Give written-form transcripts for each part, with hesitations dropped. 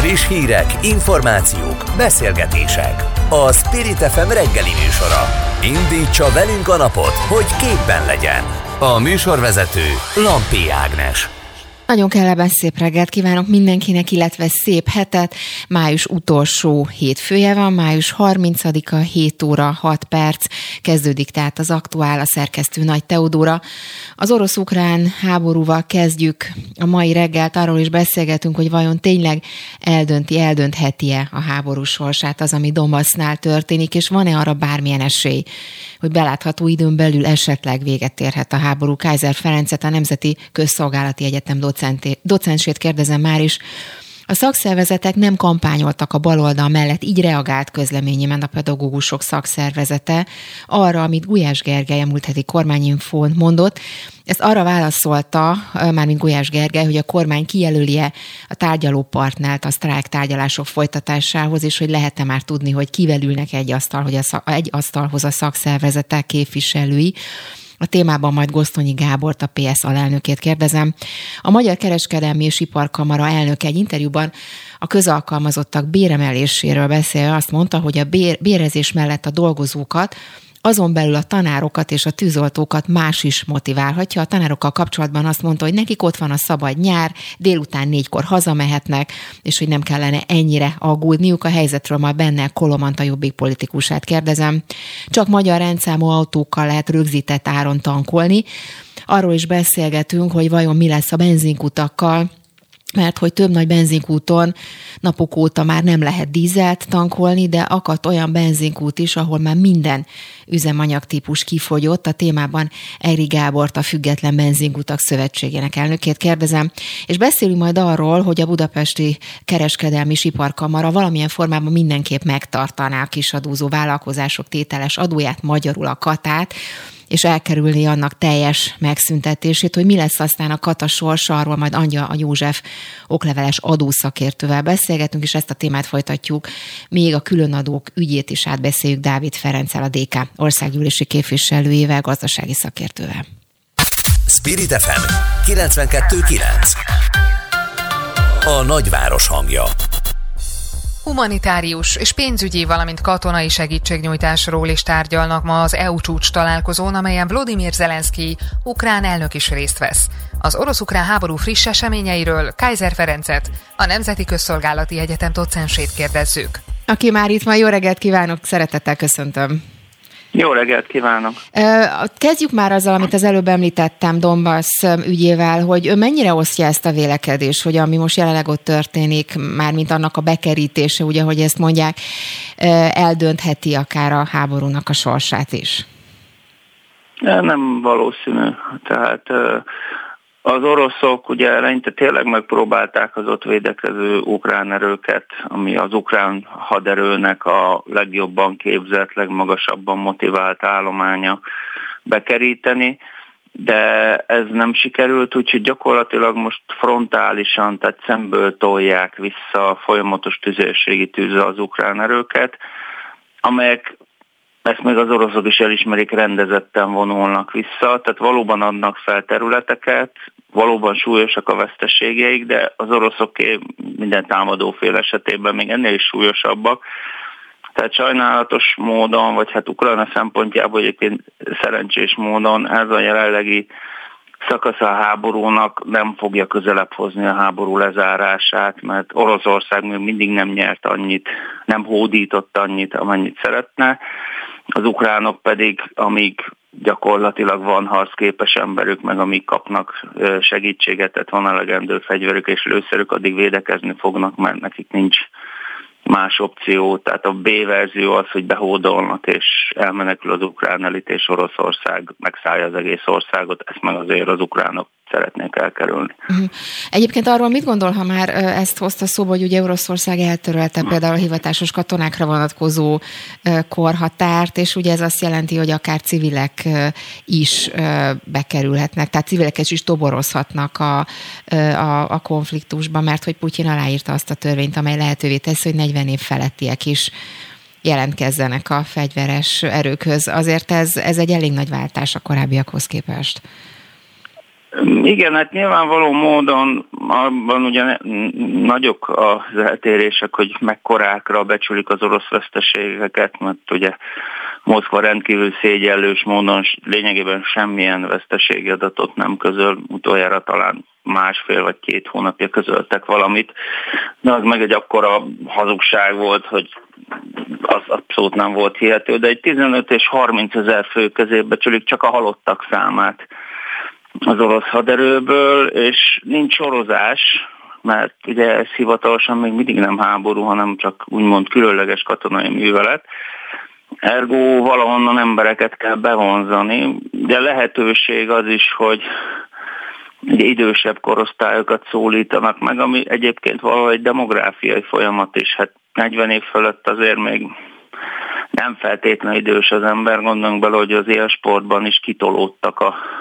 Friss hírek, információk, beszélgetések. A Spirit FM reggeli műsora. Indítsa velünk a napot, hogy képben legyen. A műsorvezető Lampi Ágnes. Nagyon kellemes szép reggelt kívánok mindenkinek, illetve szép hetet. Május utolsó hétfője van, május 30-a, 7 óra 6 perc. Kezdődik tehát az aktuál, a szerkesztő Nagy Teodóra. Az orosz-ukrán háborúval kezdjük a mai reggelt, arról is beszélgetünk, hogy vajon tényleg eldöntheti-e a háború sorsát az, ami Donbassnál történik, és van-e arra bármilyen esély, hogy belátható időn belül esetleg véget érhet a háború. Kaiser Ferencet, a Nemzeti Közszolgálati Egyetem docensét kérdezem már is. A szakszervezetek nem kampányoltak a baloldal mellett, így reagált közleményében a pedagógusok szakszervezete arra, amit Gulyás Gergely a múlt heti kormányinfón mondott. Ezt arra válaszolta, mármint Gulyás Gergely, hogy a kormány kijelöli-e a tárgyalópartnert a sztrájk tárgyalások folytatásához, és hogy lehet-e már tudni, hogy kivel ülnek egy asztalhoz a szakszervezetek képviselői. A témában majd Gosztonyi Gábort, a PS alelnökét kérdezem. A Magyar Kereskedelmi és Iparkamara elnöke egy interjúban a közalkalmazottak béremeléséről beszélve azt mondta, hogy a bérezés mellett a dolgozókat, azon belül a tanárokat és a tűzoltókat más is motiválhatja. A tanárokkal kapcsolatban azt mondta, hogy nekik ott van a szabad nyár, délután 4-kor hazamehetnek, és hogy nem kellene ennyire aggódniuk. A helyzetről majd Bennel Kolomant, a Jobbik politikusát kérdezem. Csak magyar rendszámú autókkal lehet rögzített áron tankolni. Arról is beszélgetünk, hogy vajon mi lesz a benzinkutakkal, mert hogy több nagy benzinkúton napok óta már nem lehet dízelt tankolni, de akadt olyan benzinkút is, ahol már minden üzemanyagtípus kifogyott. A témában Egri Gábort, a Független Benzinkutak Szövetségének elnökét kérdezem, és beszélünk majd arról, hogy a Budapesti Kereskedelmi és Iparkamara valamilyen formában mindenképp megtartaná a kisadózó vállalkozások tételes adóját, magyarul a katát, és elkerülni annak teljes megszüntetését. Hogy mi lesz aztán a kata sorsa, arról majd Angyal József okleveles adószakértővel beszélgetünk, és ezt a témát folytatjuk. Még a különadók ügyét is átbeszéljük Dávid Ferenccel, a DK országgyűlési képviselőjével, gazdasági szakértővel. Spirit FM 92.9. A nagyváros hangja. Humanitárius és pénzügyi, valamint katonai segítségnyújtásról is tárgyalnak ma az EU csúcs találkozón, amelyen Volodymyr Zelenszkij, ukrán elnök is részt vesz. Az orosz-ukrán háború friss eseményeiről Kaiser Ferencet, a Nemzeti Közszolgálati Egyetem docensét kérdezzük. Aki már itt van, jó reggelt kívánok, szeretettel köszöntöm. Jó reggelt kívánok! Kezdjük már azzal, amit az előbb említettem Donbass ügyével, hogy ön mennyire osztja ezt a vélekedést, hogy ami most jelenleg ott történik, mármint annak a bekerítése, ugye, hogy ezt mondják, eldöntheti akár a háborúnak a sorsát is? Nem valószínű. Tehát az oroszok ugye eleinte tényleg megpróbálták az ott védekező ukrán erőket, ami az ukrán haderőnek a legjobban képzett, legmagasabban motivált állománya bekeríteni, de ez nem sikerült, úgyhogy gyakorlatilag most frontálisan, tehát szemből tolják vissza a folyamatos tüzérségi tűzre az ukrán erőket, amelyek, ezt még az oroszok is elismerik, rendezetten vonulnak vissza, tehát valóban adnak fel területeket, valóban súlyosak a veszteségeik, de az oroszoké minden támadófél esetében még ennél is súlyosabbak. Tehát sajnálatos módon, vagy hát Ukrajna szempontjából egyébként szerencsés módon ez a jelenlegi szakasza a háborúnak nem fogja közelebb hozni a háború lezárását, mert Oroszország még mindig nem nyert annyit, nem hódított annyit, amennyit szeretne. Az ukránok pedig, amíg gyakorlatilag van harcképes emberük, meg amíg kapnak segítséget, tehát van elegendő fegyverük és lőszerük, addig védekezni fognak, mert nekik nincs más opció. Tehát a B-verzió az, hogy behódolnak és elmenekül az ukrán elit, és Oroszország megszállja az egész országot, ezt meg azért az ukránok szeretnék elkerülni. Egyébként arról mit gondol, ha már ezt hozta szóba, hogy ugye Oroszország eltörölte például a hivatásos katonákra vonatkozó korhatárt, és ugye ez azt jelenti, hogy akár civilek is bekerülhetnek, tehát civileket is toborozhatnak a konfliktusban, mert hogy Putyin aláírta azt a törvényt, amely lehetővé teszi, hogy 40 év felettiek is jelentkezzenek a fegyveres erőkhöz. Azért ez egy elég nagy váltás a korábbiakhoz képest. Igen, hát nyilvánvaló módon abban ugye nagyok az eltérések, hogy mekkorákra becsülik az orosz veszteségeket, mert ugye Moszkva rendkívül szégyellős módon lényegében semmilyen veszteségi adatot nem közöl, utoljára talán 1,5 vagy 2 hónapja közöltek valamit, de az meg egy akkora hazugság volt, hogy az abszolút nem volt hihető, de egy 15 és 30 ezer fő közé becsülik csak a halottak számát az orosz haderőből, és nincs sorozás, mert ugye ez hivatalosan még mindig nem háború, hanem csak úgymond különleges katonai művelet. Ergo valahonnan embereket kell bevonzani, de lehetőség az is, hogy idősebb korosztályokat szólítanak meg, ami egyébként valahogy egy demográfiai folyamat is. Hát 40 év fölött azért még nem feltétlenül idős az ember, gondoljunk bele, hogy az élsportban is kitolódtak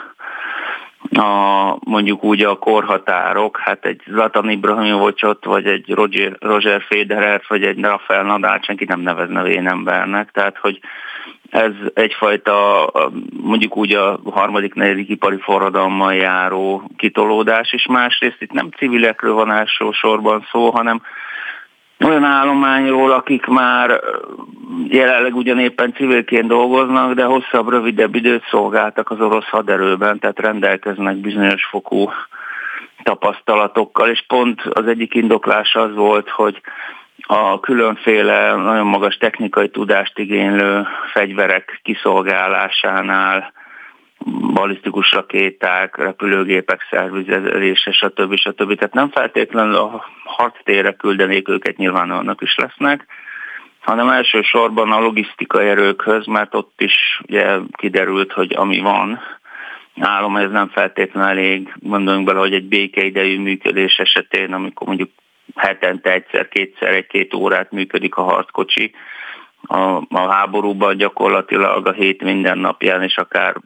mondjuk úgy a korhatárok, hát egy Zlatan Ibrahimovicsot, vagy egy Roger Federert, vagy egy Rafael Nadált senki nem nevezne vénembernek, tehát hogy ez egyfajta mondjuk úgy a 3.-4. ipari forradalommal járó kitolódás, és másrészt itt nem civilekről van elsősorban szó, hanem olyan állományról, akik már jelenleg ugyan éppen civilként dolgoznak, de hosszabb, rövidebb időt szolgáltak az orosz haderőben, tehát rendelkeznek bizonyos fokú tapasztalatokkal, és pont az egyik indoklás az volt, hogy a különféle nagyon magas technikai tudást igénylő fegyverek kiszolgálásánál, balisztikus rakéták, repülőgépek szervizelése, stb. Tehát nem feltétlenül a harctérre küldenék őket, nyilván annak is lesznek, hanem elsősorban a logisztikai erőkhöz, mert ott is ugye kiderült, hogy ami van, állom, ez nem feltétlenül elég. Gondoljunk bele, hogy egy békeidejű működés esetén, amikor mondjuk hetente egyszer-kétszer 1-2 órát működik a harckocsi, a háborúban gyakorlatilag a hét minden napján, és akár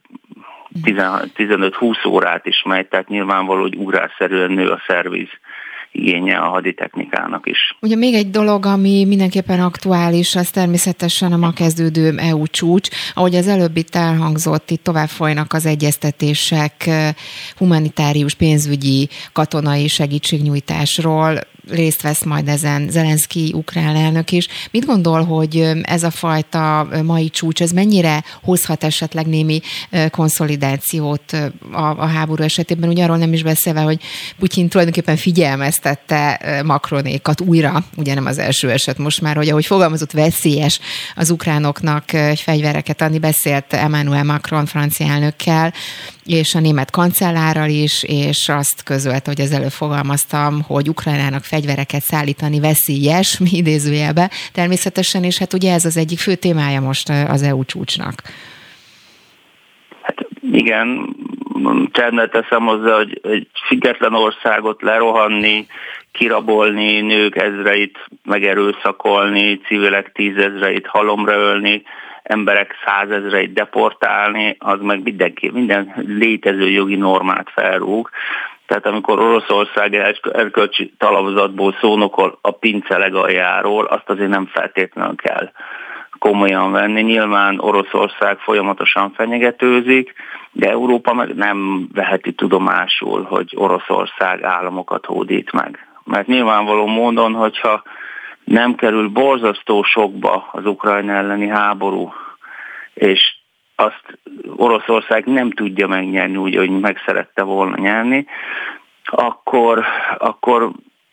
15-20 órát is megy, tehát nyilvánvaló, hogy ugrásszerűen nő a szerviz igénye a haditechnikának is. Ugye még egy dolog, ami mindenképpen aktuális, az természetesen a ma kezdődő EU csúcs. Ahogy az előbb itt elhangzott, itt tovább folynak az egyeztetések humanitárius, pénzügyi, katonai segítségnyújtásról. Részt vesz majd ezen Zelenszkij ukrán elnök is. Mit gondol, hogy ez a fajta mai csúcs, ez mennyire hozhat esetleg némi konszolidációt a háború esetében? Ugye arról nem is beszélve, hogy Putyin tulajdonképpen figyelmeztette Macronékat újra, ugye nem az első eset most már, hogy ahogy fogalmazott, veszélyes az ukránoknak fegyvereket adni, beszélt Emmanuel Macron francia elnökkel, és a német kancellárral is, és azt közölte, hogy ezzel fogalmaztam, hogy Ukrajnának fegyvereket szállítani veszélyes, idézőjelbe természetesen, és hát ugye ez az egyik fő témája most az EU csúcsnak. Hát igen, csendben teszem hozzá, hogy egy független országot lerohanni, kirabolni, nők ezreit megerőszakolni, civilek 10 000-eit halomra ölni, emberek 100 000-eit deportálni, az meg minden létező jogi normát felrúg. Tehát amikor Oroszország erkölcsi talapzatból szónokol a pince legaljáról, azt azért nem feltétlenül kell komolyan venni. Nyilván Oroszország folyamatosan fenyegetőzik, de Európa meg nem veheti tudomásul, hogy Oroszország államokat hódít meg. Mert nyilvánvaló módon, hogyha nem kerül borzasztó sokba az Ukrajna elleni háború, és azt Oroszország nem tudja megnyerni úgy, hogy meg szerette volna nyerni, akkor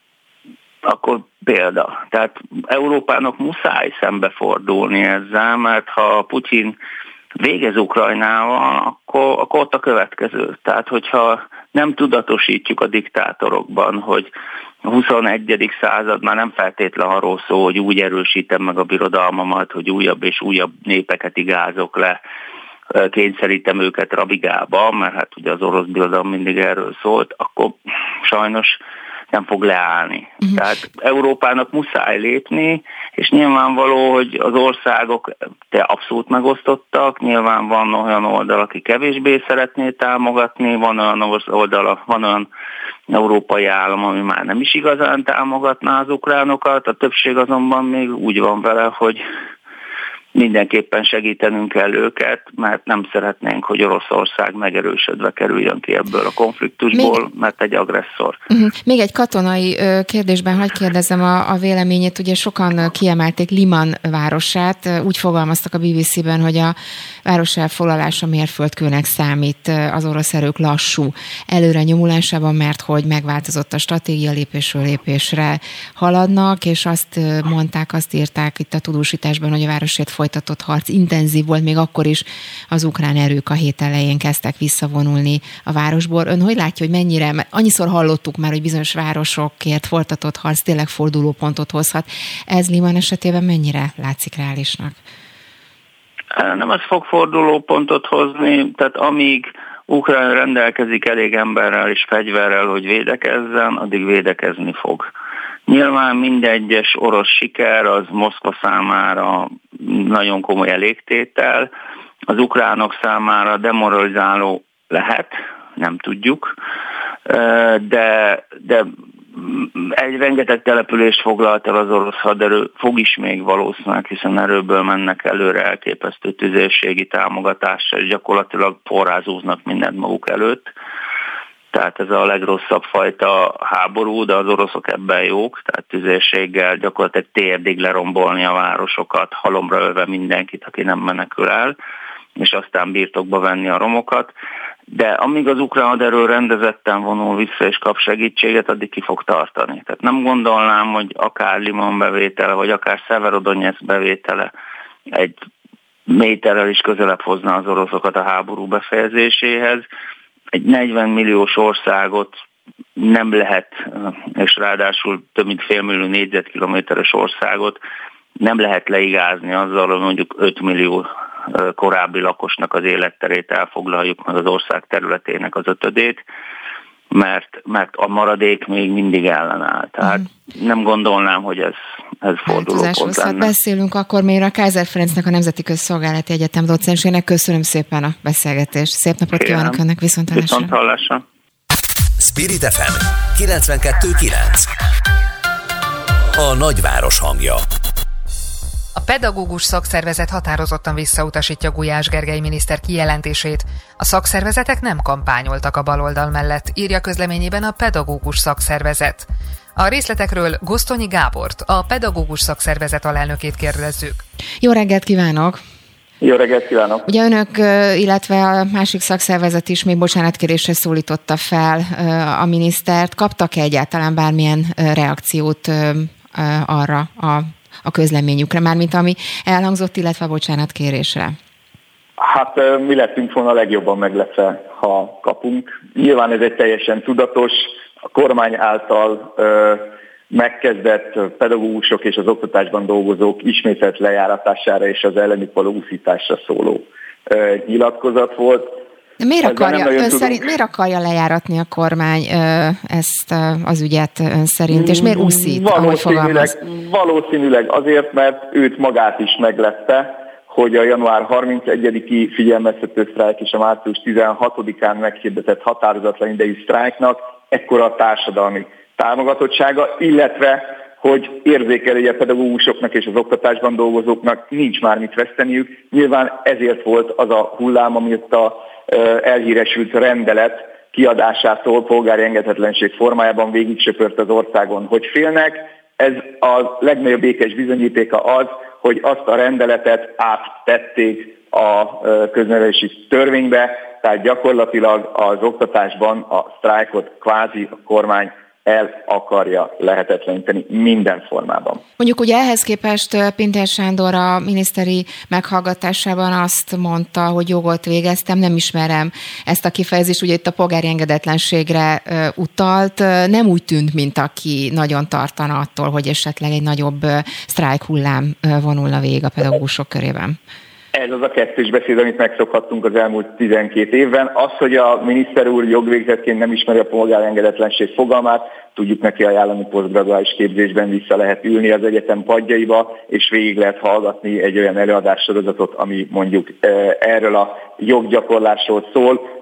példa. Tehát Európának muszáj szembefordulni ezzel, mert ha Putyin végez Ukrajnával, akkor ott a következő. Tehát, hogyha nem tudatosítjuk a diktátorokban, hogy a 21. század már nem feltétlen arról szól, hogy úgy erősítem meg a birodalmamat, hogy újabb és újabb népeket igázok le, kényszerítem őket rabigába, mert hát ugye az orosz birodalom mindig erről szólt, akkor sajnos nem fog leállni. Tehát Európának muszáj lépni, és nyilvánvaló, hogy az országok abszolút megosztottak, nyilván van olyan oldal, aki kevésbé szeretné támogatni, van olyan oldal, van olyan európai állam, ami már nem is igazán támogatná az ukránokat, a többség azonban még úgy van vele, hogy mindenképpen segítenünk kell őket, mert nem szeretnénk, hogy Oroszország megerősödve kerüljön ki ebből a konfliktusból, mert egy agresszor. Még egy katonai kérdésben hadd kérdezzem a véleményét. Ugye sokan kiemelték Liman városát, úgy fogalmaztak a BBC-ben, hogy a város elfoglalása mérföldkőnek számít az orosz erők lassú előre nyomulásában, mert hogy megváltozott a stratégia, lépésről lépésre haladnak, és azt mondták, azt írták itt a tudósításban, hogy a városért folytatott harc intenzív volt, még akkor is az ukrán erők a hét elején kezdtek visszavonulni a városból. Ön hogy látja, hogy mennyire, annyiszor hallottuk már, hogy bizonyos városokért folytatott harc tényleg fordulópontot hozhat. Ez Liman esetében mennyire látszik reálisnak? Nem ez fog fordulópontot hozni, tehát amíg Ukrán rendelkezik elég emberrel és fegyverrel, hogy védekezzen, addig védekezni fog. Nyilván mindegyes orosz siker az Moszkva számára nagyon komoly elégtétel, az ukránok számára demoralizáló lehet, nem tudjuk, de egy rengeteg települést foglalt el az orosz haderő, fog is még valószínűleg, hiszen erőből mennek előre elképesztő tüzérségi támogatással, és gyakorlatilag forrázóznak mindent maguk előtt. Tehát ez a legrosszabb fajta háború, de az oroszok ebben jók, tehát tüzérséggel gyakorlatilag térdig lerombolni a városokat, halomra ölve mindenkit, aki nem menekül el, és aztán birtokba venni a romokat. De amíg az ukrán haderő rendezetten vonul vissza és kap segítséget, addig ki fog tartani. Tehát nem gondolnám, hogy akár Liman bevétele, vagy akár Szeverodonyeck bevétele egy méterrel is közelebb hozna az oroszokat a háború befejezéséhez. Egy 40 milliós országot nem lehet, és ráadásul több mint félmillió négyzetkilométeres országot nem lehet leigázni azzal, hogy mondjuk 5 millió korábbi lakosnak az életterét elfoglaljuk, meg az ország területének az 5-ét, mert a maradék még mindig ellenáll. Tehát nem gondolnám, hogy ez fordulópont lenne. Beszélünk akkor még a Kaiser Ferencnek, a Nemzeti Közszolgálati Egyetem docensének. Köszönöm szépen a beszélgetést. Szép napot kívánok önnek, viszonthallásra. Spirit FM 92.9. A nagyváros hangja. A pedagógus szakszervezet határozottan visszautasítja Gulyás Gergely miniszter kijelentését. A szakszervezetek nem kampányoltak a baloldal mellett, írja közleményében a pedagógus szakszervezet. A részletekről Gosztonyi Gábort, a pedagógus szakszervezet alelnökét kérdezzük. Jó reggelt kívánok! Jó reggelt kívánok! Ugye önök, illetve a másik szakszervezet is még bocsánatkérésre szólította fel a minisztert. Kaptak-e egyáltalán bármilyen reakciót arra a közleményükre, mármint ami elhangzott, illetve a bocsánatkérésre? Hát mi lettünk volna a legjobban meglepve, ha kapunk. Nyilván ez egy teljesen tudatos, a kormány által megkezdett pedagógusok és az oktatásban dolgozók ismételt lejáratására és az ellenük való úszításra szóló nyilatkozat volt. De miért akarja lejáratni a kormány ezt az ügyet ön szerint, és miért úszít, ahogy fogalmaz? Valószínűleg azért, mert őt magát is meglepte, hogy a január 31-i figyelmeztető sztrájk és a március 16-án meghirdetett határozatlan idejű sztrájknak ekkora a társadalmi támogatottsága, illetve hogy érzékelje a pedagógusoknak és az oktatásban dolgozóknak nincs már mit veszteniük. Nyilván ezért volt az a hullám, amit a elhíresült rendelet kiadásától polgári engedhetetlenség formájában végig söpört az országon. Hogy félnek, ez a legnagyobb ékes bizonyítéka az, hogy azt a rendeletet áttették a köznevelési törvénybe, tehát gyakorlatilag az oktatásban a sztrájkot kvázi a kormány el akarja lehetetleníteni minden formában. Mondjuk ugye ehhez képest Pintér Sándor a miniszteri meghallgatásában azt mondta, hogy jogot végeztem, nem ismerem ezt a kifejezést, ugye itt a polgári engedetlenségre utalt, nem úgy tűnt, mint aki nagyon tartana attól, hogy esetleg egy nagyobb sztrájk hullám vonulna végig a pedagógusok körében. Ez az a kettős beszéd, amit megszokhattunk az elmúlt 12 évben. Az, hogy a miniszter úr jogvégzettként nem ismeri a polgári engedetlenség fogalmát, tudjuk neki ajánlani posztgraduális képzésben vissza lehet ülni az egyetem padjaiba, és végig lehet hallgatni egy olyan előadássorozatot, ami mondjuk erről a joggyakorlásról szól.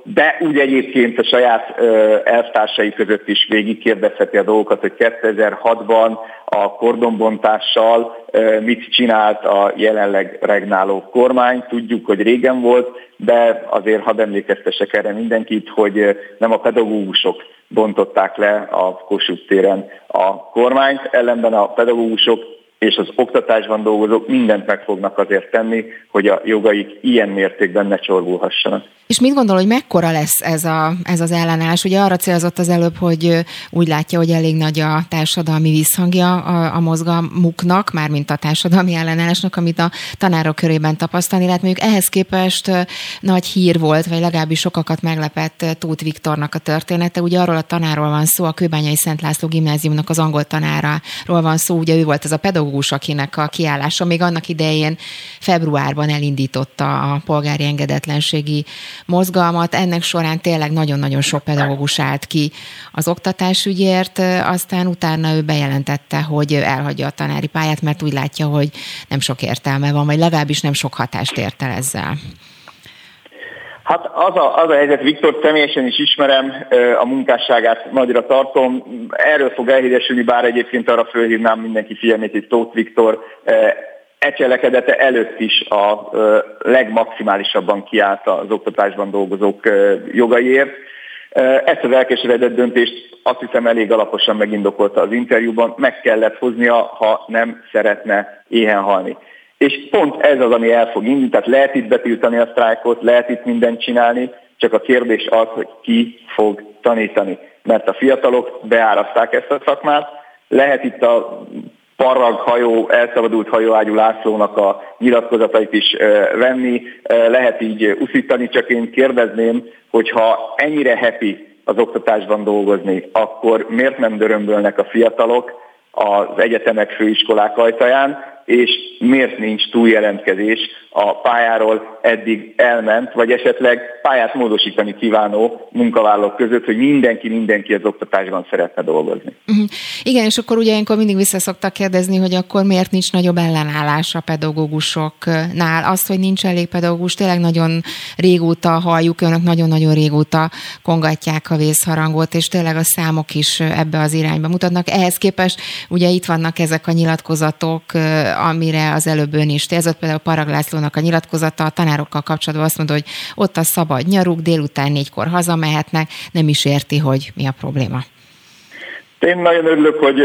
de úgy egyébként a saját elvtársai között is végigkérdezheti a dolgokat, hogy 2006-ban a kordonbontással mit csinált a jelenleg regnáló kormány. Tudjuk, hogy régen volt, de azért hadd emlékeztessek erre mindenkit, hogy nem a pedagógusok bontották le a Kossuth téren a kormányt, ellenben a pedagógusok és az oktatásban dolgozók mindent meg fognak azért tenni, hogy a jogaik ilyen mértékben ne csorbulhassanak. És mit gondol, hogy mekkora lesz ez az ellenállás? Ugye arra célzott az előbb, hogy úgy látja, hogy elég nagy a társadalmi visszhangja a mozgalmuknak, mármint a társadalmi ellenállásnak, amit a tanárok körében tapasztalni lehet. Mondjuk ehhez képest nagy hír volt, vagy legalábbis sokakat meglepett Tóth Viktornak a története. Ugye arról a tanárról van szó, a Kőbányai Szent László gimnáziumnak az angol tanáráról van szó. Ugye ő volt ez a pedagógus, akinek a kiállása még annak idején februárban elindította a polgári engedetlenségi mozgalmat. Ennek során tényleg nagyon-nagyon sok pedagógus állt ki az oktatásügyért, aztán utána ő bejelentette, hogy elhagyja a tanári pályát, mert úgy látja, hogy nem sok értelme van, vagy legalábbis nem sok hatást ért el ezzel. Hát az a helyzet, Viktor személyesen is ismerem, a munkásságát nagyra tartom, erről fog elhíresülni, bár egyébként arra fölhívnám mindenki figyelmét, hogy Tóth Viktor cselekedete előtt is a legmaximálisabban kiállt az oktatásban dolgozók jogaiért. Ezt az elkeseredett döntést azt hiszem elég alaposan megindokolta az interjúban, meg kellett hoznia, ha nem szeretne éhen halni. És pont ez az, ami el fog indulni, tehát lehet itt betiltani a sztrájkot, lehet itt mindent csinálni, csak a kérdés az, hogy ki fog tanítani. Mert a fiatalok beáraszták ezt a szakmát, lehet itt a parraghajó, elszabadult hajóágyú Lászlónak a nyilatkozatait is venni, lehet így uszítani, csak én kérdezném, hogyha ennyire happy az oktatásban dolgozni, akkor miért nem dörömbölnek a fiatalok az egyetemek, főiskolák ajtaján, és miért nincs túljelentkezés a pályáról eddig elment, vagy esetleg pályát módosítani kívánó munkavállalók között, hogy mindenki az oktatásban szeretne dolgozni. Igen, és akkor ugye ilyenkor mindig vissza szoktak kérdezni, hogy akkor miért nincs nagyobb ellenállás a pedagógusoknál. Azt, hogy nincs elég pedagógus, tényleg nagyon régóta halljuk, önök nagyon-nagyon régóta kongatják a vészharangot, és tényleg a számok is ebbe az irányba mutatnak. Ehhez képest ugye itt vannak ezek a nyilatkozatok, amire az előbb ön is térzett, például Parag Lászlónak a nyilatkozata a tanárokkal kapcsolatban azt mondta, hogy ott a szabad nyaruk, délután 4-kor hazamehetnek, nem is érti, hogy mi a probléma. Én nagyon örülök, hogy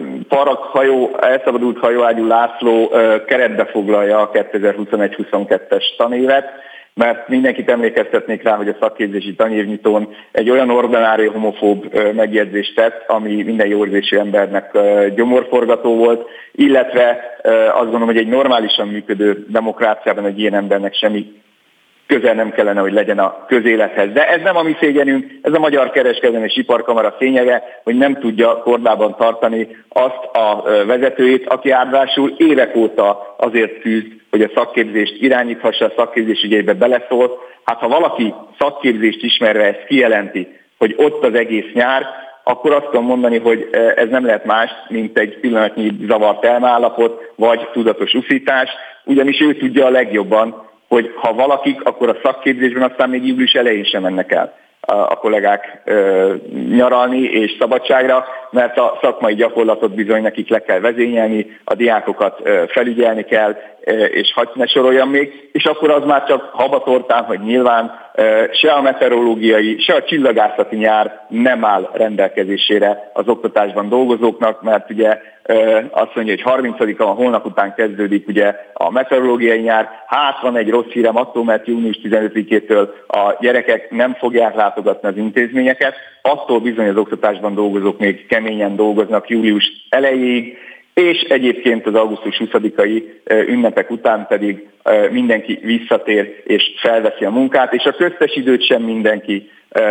elszabadult hajóágyú László keretbe foglalja a 2021-22-es tanévet, mert mindenkit emlékeztetnék rá, hogy a szakképzési tanévnyitón egy olyan ordinárius homofób megjegyzést tett, ami minden jó érzésű embernek gyomorforgató volt, illetve azt gondolom, hogy egy normálisan működő demokráciában egy ilyen embernek semmi közel nem kellene, hogy legyen a közélethez. De ez nem a mi szégyenünk, ez a Magyar Kereskedelmi és Iparkamara szényege, hogy nem tudja kordában tartani azt a vezetőjét, aki ráadásul évek óta azért küzd, hogy a szakképzést irányíthassa, a szakképzés ügyeibe beleszól. Hát ha valaki szakképzést ismerve ezt kijelenti, hogy ott az egész nyár, akkor azt tudom mondani, hogy ez nem lehet más, mint egy pillanatnyi zavart elmeállapot, vagy tudatos uszítás, ugyanis ő tudja a legjobban, hogy ha valakik, akkor a szakképzésben aztán még július elején sem mennek el a kollégák nyaralni és szabadságra, mert a szakmai gyakorlatot bizony nekik le kell vezényelni, a diákokat felügyelni kell, és hadd ne soroljam még, és akkor az már csak habatortán, hogy nyilván se a meteorológiai, se a csillagászati nyár nem áll rendelkezésére az oktatásban dolgozóknak, mert ugye azt mondja, hogy 30-a holnap után kezdődik ugye a meteorológiai nyár. Hát van egy rossz hírem attól, mert június 15-től a gyerekek nem fogják látogatni az intézményeket, attól bizony az oktatásban dolgozók még keményen dolgoznak július elejéig, és egyébként az augusztus 20-ai ünnepek után pedig mindenki visszatér és felveszi a munkát, és a köztes időt sem mindenki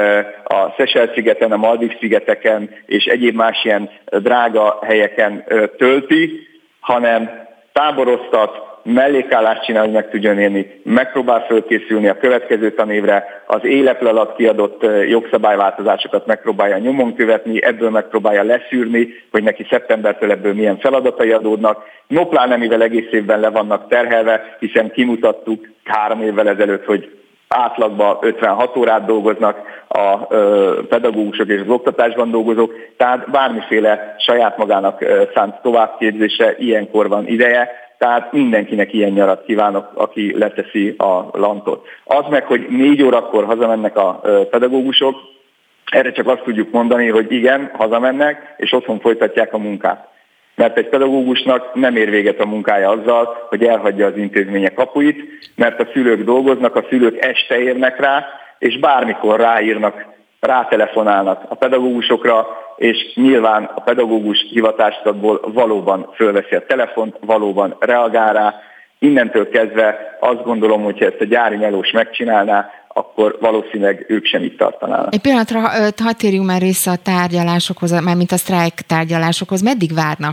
a Seychelles-szigeten, a Maldiv-szigeteken és egyéb más ilyen drága helyeken tölti, hanem táboroztat, mellékállást csinál, hogy meg tudjon élni, megpróbál fölkészülni a következő tanévre, az éleple alatt kiadott jogszabályváltozásokat megpróbálja nyomon követni, ebből megpróbálja leszűrni, hogy neki szeptembertől ebből milyen feladatai adódnak. Pláne mivel egész évben le vannak terhelve, hiszen kimutattuk 3 évvel ezelőtt, hogy átlagban 56 órát dolgoznak a pedagógusok és az oktatásban dolgozók, tehát bármiféle saját magának szánt továbbképzésre ilyenkor van ideje, tehát mindenkinek ilyen nyarat kívánok, aki leteszi a lantot. Az meg, hogy 4 órakor hazamennek a pedagógusok, erre csak azt tudjuk mondani, hogy igen, hazamennek, és otthon folytatják a munkát. Mert egy pedagógusnak nem ér véget a munkája azzal, hogy elhagyja az intézmények kapuit, mert a szülők dolgoznak, a szülők este érnek rá, és bármikor ráírnak, rátelefonálnak a pedagógusokra, és nyilván a pedagógus hivatástagból valóban fölveszi a telefont, valóban reagál rá. Innentől kezdve azt gondolom, hogyha ezt a gyári melós megcsinálná, akkor valószínűleg ők sem itt tartanának. Egy pillanatra hadd térjünk már vissza a tárgyalásokhoz, mármint a sztrájk tárgyalásokhoz. Meddig várnak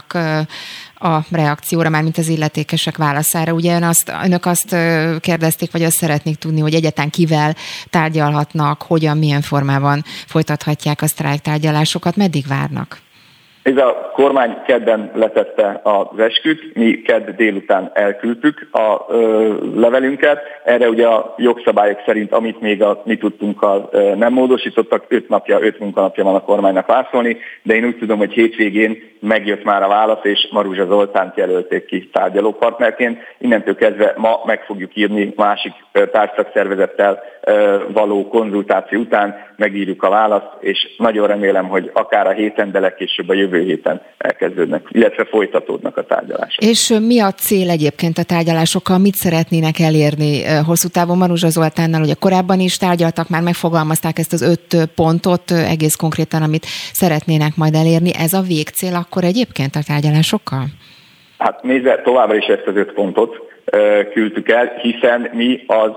a reakcióra, mármint az illetékesek válaszára? Ugye önök azt kérdezték, vagy azt szeretnék tudni, hogy egyáltalán kivel tárgyalhatnak, hogyan, milyen formában folytathatják a sztrájk tárgyalásokat. Meddig várnak? Ez a kormány kedden letette az esküt, mi kedd délután elküldtük a levelünket. Erre ugye a jogszabályok szerint, amit még a mi tudtunkkal nem módosítottak, 5 munkanapja van a kormánynak válaszolni, de én úgy tudom, hogy hétvégén megjött már a válasz, és Maruzsa Zoltánt jelölték ki tárgyalópartnerként. Innentől kezdve ma meg fogjuk írni másik társszakszervezettel való konzultáció után, megírjuk a választ, és nagyon remélem, hogy akár a héten, de legkésőbb a jövő héten elkezdődnek, illetve folytatódnak a tárgyalások. És mi a cél egyébként a tárgyalásokkal? Mit szeretnének elérni hosszú távon? Maruzsa Zoltánnal ugye korábban is tárgyaltak, már megfogalmazták ezt az 5 pontot egész konkrétan, amit szeretnének majd elérni. Ez a végcél akkor egyébként a tárgyalásokkal? Hát nézve, továbbra is ezt az 5 pontot küldtük el, hiszen mi az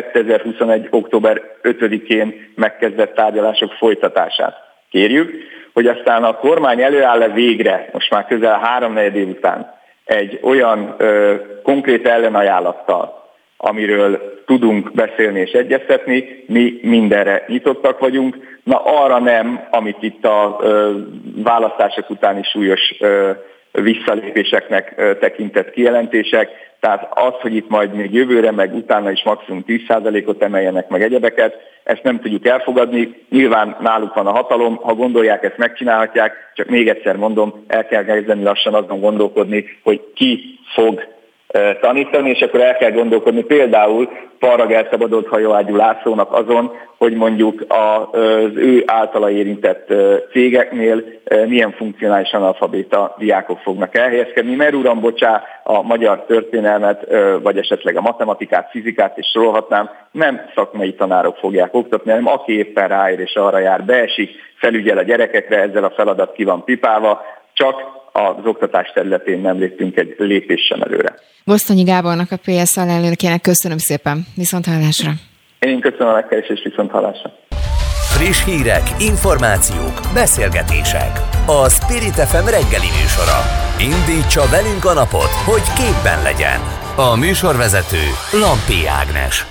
2021. október 5-én megkezdett tárgyalások folytatását kérjük, hogy aztán a kormány előáll-e végre, most már közel 3-4 év után egy olyan konkrét ellenajánlattal, amiről tudunk beszélni és egyeztetni, mi mindenre nyitottak vagyunk. Na arra nem, amit itt a választások utáni súlyos visszalépéseknek tekintett kijelentések, tehát az, hogy itt majd még jövőre, meg utána is maximum 10%-ot emeljenek meg egyebeket, ezt nem tudjuk elfogadni. Nyilván náluk van a hatalom, ha gondolják, ezt megcsinálhatják, csak még egyszer mondom, el kell kezdeni lassan azon gondolkodni, hogy ki fog tanítani, és akkor el kell gondolkodni például Parrag elszabadult hajóágyú Lászlónak azon, hogy mondjuk az ő általa érintett cégeknél milyen funkcionális analfabéta diákok fognak elhelyezkedni, mert uram, bocsá, a magyar történelmet, vagy esetleg a matematikát, fizikát is sorolhatnám, nem szakmai tanárok fogják oktatni, hanem aki éppen ráér és arra jár, beesik, felügyel a gyerekekre, ezzel a feladat ki van pipálva, csak az oktatás területén nem léptünk egy lépés sem előre. Gosztonyi Gábornak, a PSZ alelnökének köszönöm szépen. Viszonthallásra. Én köszönöm a megkeresést, viszonthallásra. Friss hírek, információk, beszélgetések. A Spirit FM reggeli műsora. Indítsa velünk a napot, hogy képben legyen. A műsorvezető Lampi Ágnes.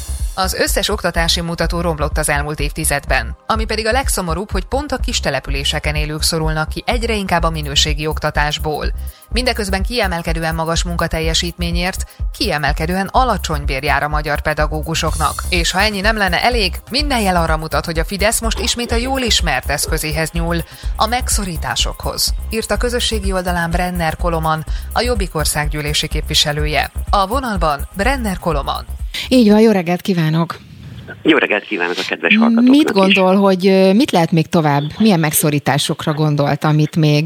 Az összes oktatási mutató romlott az elmúlt évtizedben, ami pedig a legszomorúbb, hogy pont a kis településeken élők szorulnak ki egyre inkább a minőségi oktatásból. Mindeközben kiemelkedően magas munkateljesítményért, kiemelkedően alacsony bér jár a magyar pedagógusoknak. És ha ennyi nem lenne elég, minden jel arra mutat, hogy a Fidesz most ismét a jól ismert eszközéhez nyúl, a megszorításokhoz, írt a közösségi oldalán Brenner Koloman, a Jobbik országgyűlési képviselője. A vonalban Brenner Koloman. Így van, jó reggelt kívánok! Jó reggelt kívánok a kedves hallgatóknak. Mit gondol, hogy mit lehet még tovább? Milyen megszorításokra gondolt, amit még,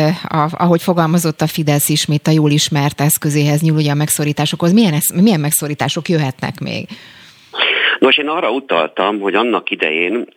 ahogy fogalmazott a Fidesz ismét a jól ismert eszközéhez nyúl ugye a megszorításokhoz? Milyen megszorítások jöhetnek még? Nos, én arra utaltam, hogy annak idején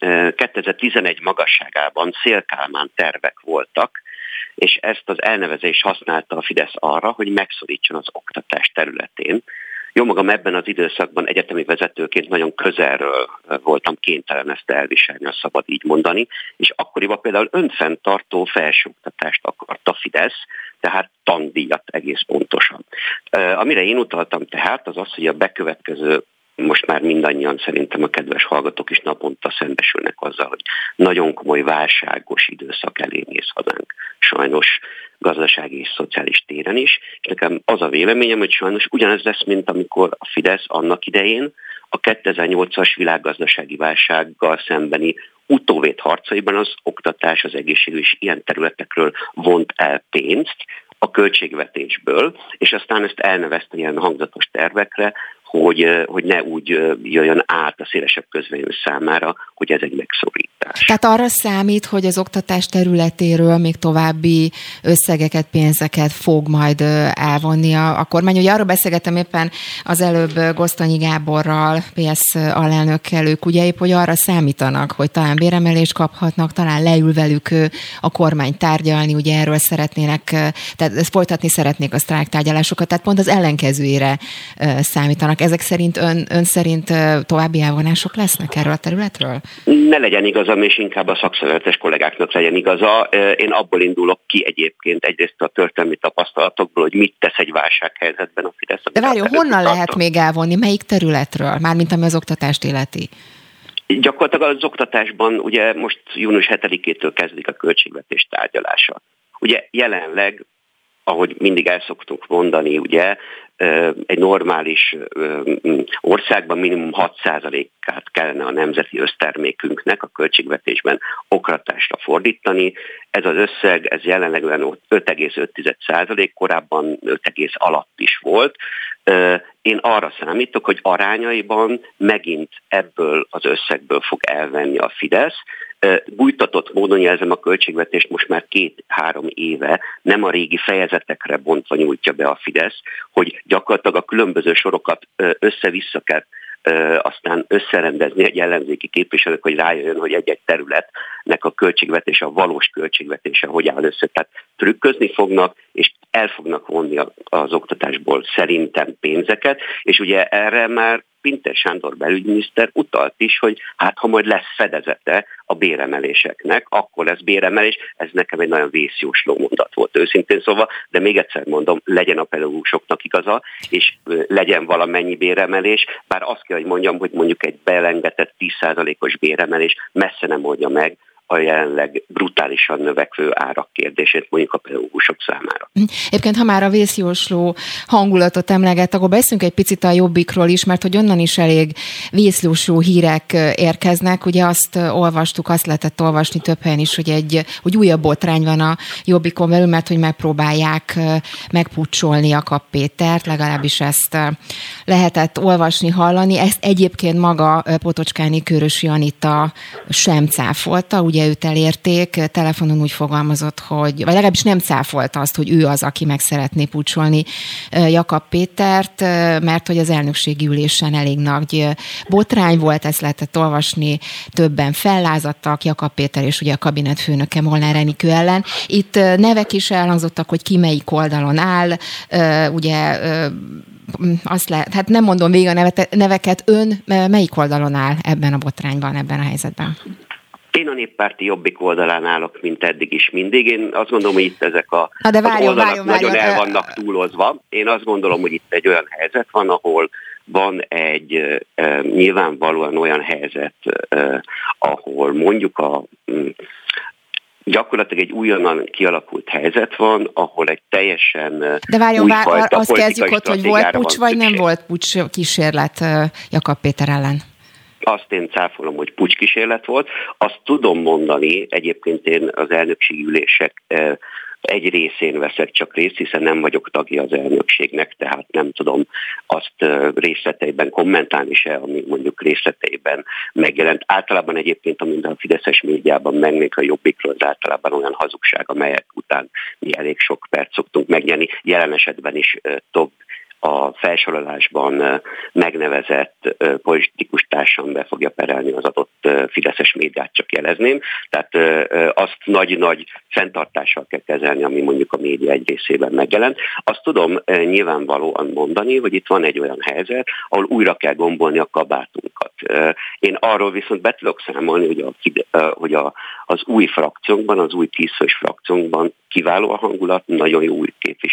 2011 magasságában Széll-Kálmán tervek voltak, és ezt az elnevezést használta a Fidesz arra, hogy megszorítson az oktatás területén. Jó magam ebben az időszakban egyetemi vezetőként nagyon közelről voltam kénytelen ezt elviselni, ha szabad így mondani, és akkoriban például önfenntartó felsőoktatást akart a Fidesz, tehát tandíjat egész pontosan. Amire én utaltam tehát az az, hogy a bekövetkező, most már mindannyian szerintem a kedves hallgatók is naponta szembesülnek azzal, hogy nagyon komoly válságos időszak elé néz hazánk. Sajnos gazdasági és szociális téren is, és nekem az a véleményem, hogy sajnos ugyanez lesz, mint amikor a Fidesz annak idején a 2008-as világgazdasági válsággal szembeni utóvét harcaiban az oktatás, az egészségügy és ilyen területekről vont el pénzt a költségvetésből, és aztán ezt elnevezte ilyen hangzatos tervekre, hogy ne úgy jöjjön át a szélesebb közvélemény számára, hogy ez egy megszorítás. Tehát arra számít, hogy az oktatás területéről még további összegeket, pénzeket fog majd elvonni a kormány. Ugye arról beszélgettem éppen az előbb Gosztonyi Gáborral, PSZ alelnökkel, ők ugye épp, hogy arra számítanak, hogy talán béremelést kaphatnak, talán leül velük a kormány tárgyalni, ugye erről szeretnének, tehát ezt folytatni szeretnék a sztrájktárgyalásokat, tehát pont az ellenkezőjére számítanak. Ezek szerint ön szerint további elvonások lesznek erről a területről? Ne legyen igazam, és inkább a szakszervezetes kollégáknak legyen igaza. Én abból indulok ki egyébként egyrészt a történelmi tapasztalatokból, hogy mit tesz egy válsághelyzetben a Fidesz. De várjon, honnan lehet még elvonni? Melyik területről? Mármint ami az oktatást illeti. Gyakorlatilag az oktatásban ugye most június 7-től kezdik a költségvetés tárgyalása. Ugye jelenleg, ahogy mindig el szoktunk mondani, ugye egy normális országban minimum 6%-át kellene a nemzeti össztermékünknek a költségvetésben oktatásra fordítani. Ez az összeg, ez jelenleg 5,5%, korábban 5 alatt is volt. Én arra számítok, hogy arányaiban megint ebből az összegből fog elvenni a Fidesz. Bújtatott módon jelzem, a költségvetést most már 2-3 éve nem a régi fejezetekre bontva nyújtja be a Fidesz, hogy gyakorlatilag a különböző sorokat össze-vissza kell aztán összerendezni egy ellenzéki képviselők, hogy rájöjjön, hogy egy-egy területnek a költségvetése, a valós költségvetése hogy áll össze. Tehát trükközni fognak, és el fognak vonni az oktatásból szerintem pénzeket, és ugye erre már Pintér Sándor belügyminiszter utalt is, hogy hát ha majd lesz fedezete a béremeléseknek, akkor lesz béremelés. Ez nekem egy nagyon vészjósló mondat volt őszintén szóval, de még egyszer mondom, legyen a pedagógusoknak igaza, és legyen valamennyi béremelés, bár azt kell, hogy mondjam, hogy mondjuk egy belengetett 10%-os béremelés messze nem oldja meg a jelenleg brutálisan növekvő árak kérdését mondjuk a pedagógusok számára. Egyébként, ha már a vészjósló hangulatot emleget, akkor beszéljünk egy picit a Jobbikról is, mert hogy onnan is elég vészjósló hírek érkeznek. Ugye azt olvastuk, azt lehetett olvasni több helyen is, hogy újabb botrány van a Jobbikon belül, mert hogy megpróbálják megpucsolni Jakab Pétert, legalábbis ezt lehetett olvasni, hallani. Ezt egyébként maga Potocskáni Kőrösi Anita sem cáfolta, ugye őt elérték, telefonon úgy fogalmazott, hogy, vagy legalábbis nem cáfolta azt, hogy ő az, aki meg szeretné pucsolni Jakab Pétert, mert hogy az elnökségi ülésen elég nagy botrány volt, ezt lehetett olvasni, többen fellázadtak, Jakab Péter és ugye a kabinetfőnöke Molnár Enikő ellen. Itt nevek is elhangzottak, hogy ki melyik oldalon áll, ugye azt lehet, hát nem mondom végig a neveket, ön melyik oldalon áll ebben a botrányban, ebben a helyzetben? Én a néppárti Jobbik oldalán állok, mint eddig is mindig. Én azt gondolom, hogy itt ezek az oldalak nagyon el vannak túlozva. Én azt gondolom, hogy itt egy olyan helyzet van, ahol van egy nyilvánvalóan olyan helyzet, ahol mondjuk gyakorlatilag egy újonnan kialakult helyzet van, ahol egy teljesen de várjon, azt kezdjük ott, hogy volt puccs, vagy nem volt puccs kísérlet Jakab Péter ellen? Azt én cáfolom, hogy pucskísérlet volt. Azt tudom mondani, egyébként én az elnökségi ülések egy részén veszek csak részt, hiszen nem vagyok tagja az elnökségnek, tehát nem tudom azt részleteiben kommentálni se, ami mondjuk részleteiben megjelent. Általában egyébként, amint a fideszes médiában megnék a Jobbikról, az általában olyan hazugság, amelyek után mi elég sok perc szoktunk megnyerni. Jelen esetben is több a felsorolásban megnevezett politikus társam be fogja perelni az adott fideszes médiát, csak jelezném. Tehát azt nagy-nagy fenntartással kell kezelni, ami mondjuk a média egy részében megjelent. Azt tudom nyilvánvalóan mondani, hogy itt van egy olyan helyzet, ahol újra kell gombolni a kabátunkat. Én arról viszont be tudok számolni, hogy az új frakciónkban, az új 10 fős frakciónkban kiváló a hangulat, nagyon jó új képviselőtársak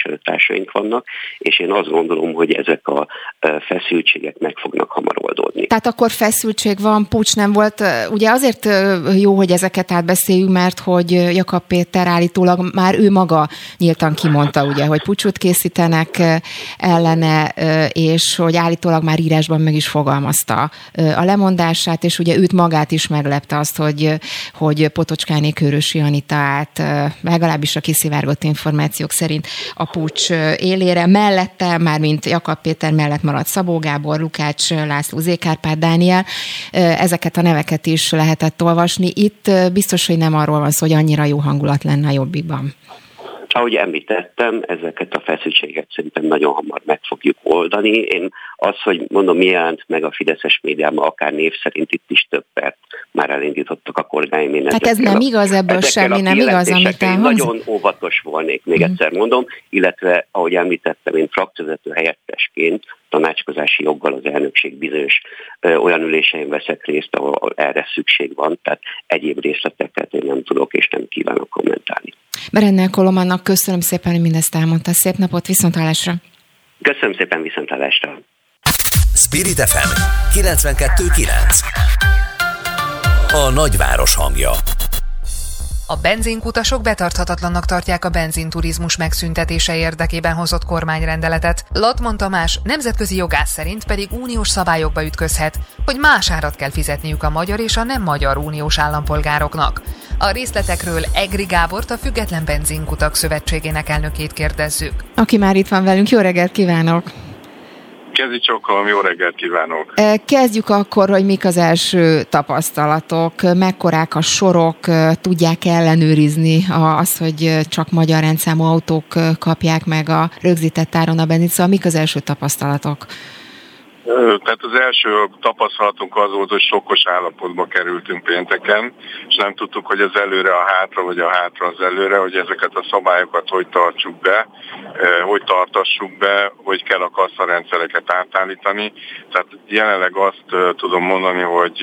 forrásaink vannak, és én azt gondolom, hogy ezek a feszültségek meg fognak hamar oldódni. Tehát akkor feszültség van, puccs nem volt. Ugye azért jó, hogy ezeket átbeszéljük, mert hogy Jakab Péter állítólag már ő maga nyíltan kimondta, ugye, hogy puccsot készítenek ellene, és hogy állítólag már írásban meg is fogalmazta a lemondását, és ugye őt magát is meglepte azt, hogy Potocskánék Őrösi Anitát, legalábbis a kiszivárgott információk szerint a puccs élére. Mellette, mármint Jakab Péter mellett maradt Szabó Gábor, Lukács László, Z. Kárpát Dániel. Ezeket a neveket is lehetett olvasni. Itt biztos, hogy nem arról van szó, hogy annyira jó hangulat lenne a Jobbikban. Ahogy említettem, ezeket a feszültséget szerintem nagyon hamar meg fogjuk oldani. Én az, hogy mondom, mi jelent meg a fideszes médiában, akár név szerint itt is több perc már elindítottak a kollégáim. Tehát ez nem igaz, ebből semmi nem igaz, amit elhangzik? Nagyon óvatos volnék, még egyszer mondom, illetve, ahogy említettem, én frakcióvezető helyettesként tanácskozási joggal az elnökség bizonyos olyan ülésein veszek részt, ahol erre szükség van, tehát egyéb részleteket én nem tudok és nem kívánok kommentálni. Berennel Kolomannak köszönöm szépen, hogy mindezt elmondta. Szép napot, viszonthallásra! Köszönöm szépen, viszonthallásra! Spirit FM 92.9. A nagyváros hangja. A benzinkutasok betarthatatlannak tartják a benzinturizmus megszüntetése érdekében hozott kormányrendeletet. Latman Tamás nemzetközi jogász szerint pedig uniós szabályokba ütközhet, hogy más árat kell fizetniük a magyar és a nem magyar uniós állampolgároknak. A részletekről Egri Gábort, a Független Benzinkutak Szövetségének elnökét kérdezzük. Aki már itt van velünk, jó reggelt kívánok! Kezi csókolom, jó reggelt kívánok! Kezdjük akkor, hogy mik az első tapasztalatok, mekkorák a sorok, tudják ellenőrizni azt, hogy csak magyar rendszámú autók kapják meg a rögzített áron a benzint, szóval mik az első tapasztalatok? Tehát az első tapasztalatunk az volt, hogy sokkos állapotba kerültünk pénteken, és nem tudtuk, hogy az előre a hátra, vagy a hátra az előre, hogy ezeket a szabályokat hogy tartsuk be, hogy tartassuk be, hogy kell a kasszarendszereket átállítani. Tehát jelenleg azt tudom mondani, hogy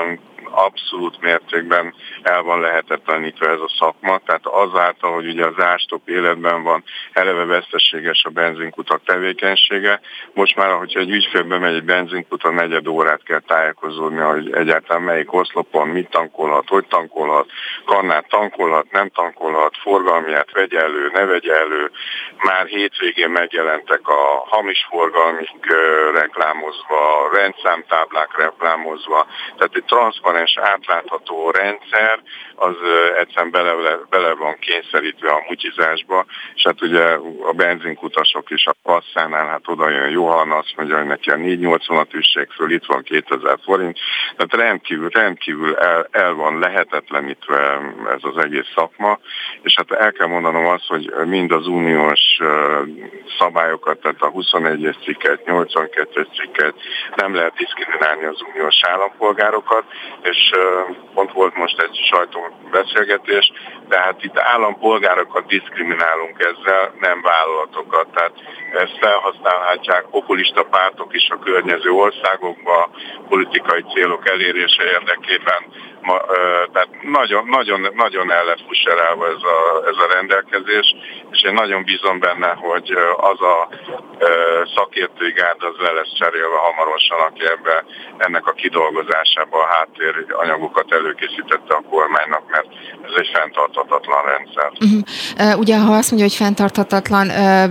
abszolút mértékben el van lehetetlenítve ez a szakma, tehát azáltal, hogy ugye az árstop életben van, eleve veszteséges a benzinkutak tevékenysége. Most már, hogyha egy ügyfél bemegy egy benzinkutra, negyed órát kell tájékozódni, hogy egyáltalán melyik oszlopon mit tankolhat, hogy tankolhat, kannát tankolhat, nem tankolhat, forgalmiát vegye elő, ne vegye elő. Már hétvégén megjelentek a hamis forgalmik reklámozva, rendszámtáblák reklámozva, tehát egy transzparens, átlátható rendszer, az egyszerűen bele van kényszerítve a mutyizásba, és hát ugye a benzinkutasok is a kasszánál, hát oda jön Johanna, azt mondja, hogy neki a 480-at üssék föl, itt van 2000 forint, tehát rendkívül el van lehetetlenítve ez az egész szakma, és hát el kell mondanom azt, hogy mind az uniós szabályokat, tehát a 21-es cikket, 82-es cikket nem lehet diszkriminálni az uniós állampolgárokat, és pont volt most egy sajtóbeszélgetés, tehát itt állampolgárokat diszkriminálunk ezzel, nem vállalatokat, tehát ezt felhasználhatják populista pártok is a környező országokba, politikai célok elérése érdekében, tehát nagyon el lett fuserálva ez a rendelkezés, és én nagyon bízom benne, hogy az a szakértői gárda az le lesz cserélve hamarosan, aki ennek a kidolgozásába a háttéranyagokat előkészítette a kormánynak, mert ez egy fenntarthatatlan rendszer. Ugye, ha azt mondja, hogy fenntarthatatlan,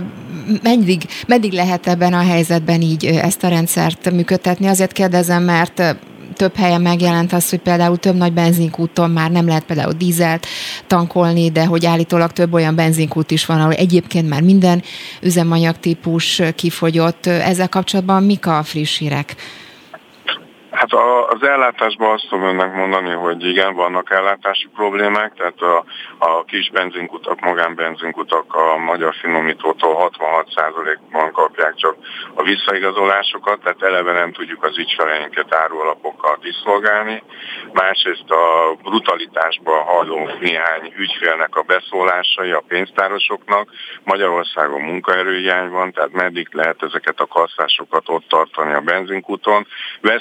meddig lehet ebben a helyzetben így ezt a rendszert működtetni? Azért kérdezem, mert több helyen megjelent az, hogy például több nagy benzinkúton már nem lehet például dízelt tankolni, de hogy állítólag több olyan benzinkút is van, ahol egyébként már minden üzemanyagtípus kifogyott. Ezzel kapcsolatban mik a friss hírek? Hát az ellátásban azt tudom önnek mondani, hogy igen, vannak ellátási problémák, tehát a kis benzinkutak, magánbenzinkutak a magyar finomítótól 66%-ban kapják csak a visszaigazolásokat, tehát eleve nem tudjuk az ügyfeleinket árualapokkal diszolgálni. Másrészt a brutalitásban hallunk néhány ügyfélnek a beszólásai, a pénztárosoknak. Magyarországon munkaerőhiány van, tehát meddig lehet ezeket a kasszásokat ott tartani a benzinkúton. Vesztesége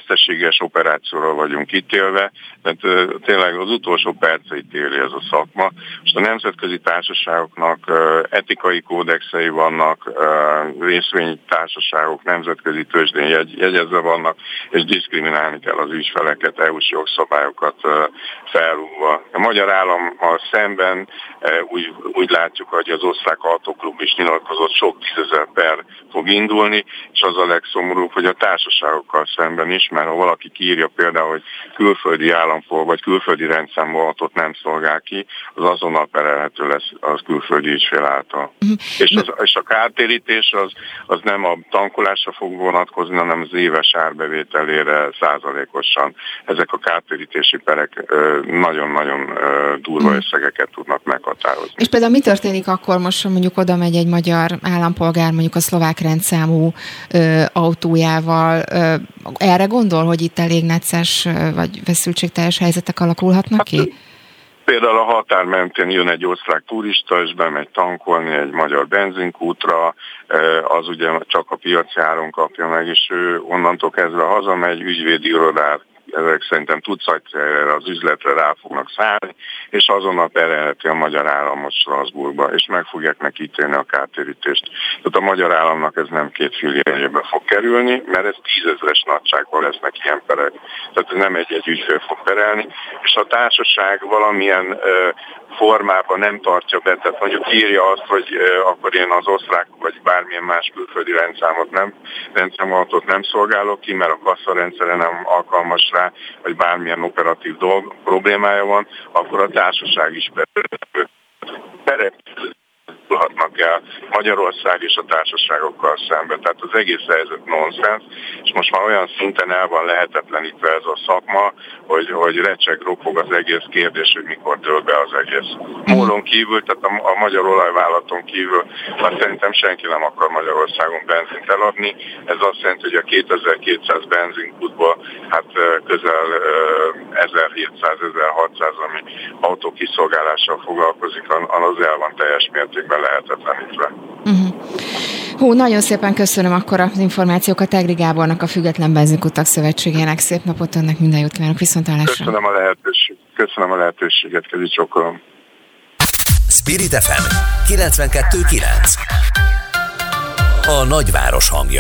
véges operációra vagyunk ítélve, tehát tényleg az utolsó perceit éli ez a szakma. Most a nemzetközi társaságoknak etikai kódexei vannak, részvénytársaságok nemzetközi tőzsdén jegyezve vannak, és diszkriminálni kell az ügyfeleket, EU-s jogszabályokat felrúgva. A magyar állammal szemben úgy látjuk, hogy az osztrák autóklub is nyilatkozott, sok tízezer per fog indulni, és az a legszomorúbb, hogy a társaságokkal szemben is, mert ha valaki kiírja például, hogy külföldi állampolgár vagy külföldi rendszámvonatot nem szolgál ki, az azonnal perelhető lesz az külföldi ügyfél által. És a kártérítés az nem a tankolásra fog vonatkozni, hanem az éves árbevételére százalékosan. Ezek a kártérítési perek nagyon-nagyon durva összegeket tudnak meghatározni. És például mi történik akkor most, mondjuk oda megy egy magyar állampolgár, mondjuk a szlovák rendszámú autójával, erre gondol, hogy itt elég necces vagy feszültségteljes helyzetek alakulhatnak ki? Például a határ mentén jön egy osztrák turista, és bemegy tankolni egy magyar benzinkútra, az ugye csak a piaci áron kapja meg, és ő onnantól kezdve hazamegy, ügyvédi irodát, ezek szerintem tucatjára az üzletre rá fognak szállni, és azonnal perelheti a magyar államot Strasbourgba, és meg fogják neki ítélni a kártérítést. Tehát a magyar államnak ez nem 2 fillérjébe fog kerülni, mert ez 10 000-es nagyságban lesznek ilyen perek. Tehát nem egy ügyfél fog perelni, és a társaság valamilyen formában nem tartja be, tehát mondjuk írja azt, hogy akkor én az osztrák vagy bármilyen más külföldi rendszámvonatot nem szolgálok ki, mert a kasszarendszere nem alkalmas rá, vagy bármilyen operatív problémája van, akkor a társaság is hatnak el Magyarország és a társaságokkal szemben. Tehát az egész helyzet nonsens, és most már olyan szinten el van lehetetlenítve ez a szakma, hogy recseg, ropog az egész kérdés, hogy mikor dől be az egész. Mólon kívül, tehát a magyar olajvállalaton kívül, azt szerintem senki nem akar Magyarországon benzint eladni. Ez azt jelenti, hogy a 2200 benzinkútból hát közel 1700-1600, ami autókiszolgálással foglalkozik, az el van teljes mértékben lehetetlenítve. Hú, nagyon szépen köszönöm akkor az információkat Egri Gábornak, a Független Benzinkutak Szövetségének. Szép napot önnek, minden jót kívánok, viszontlátásra. Köszönöm a lehetőséget, kezi csokolom. Spirit FM 92.9. A nagyváros hangja.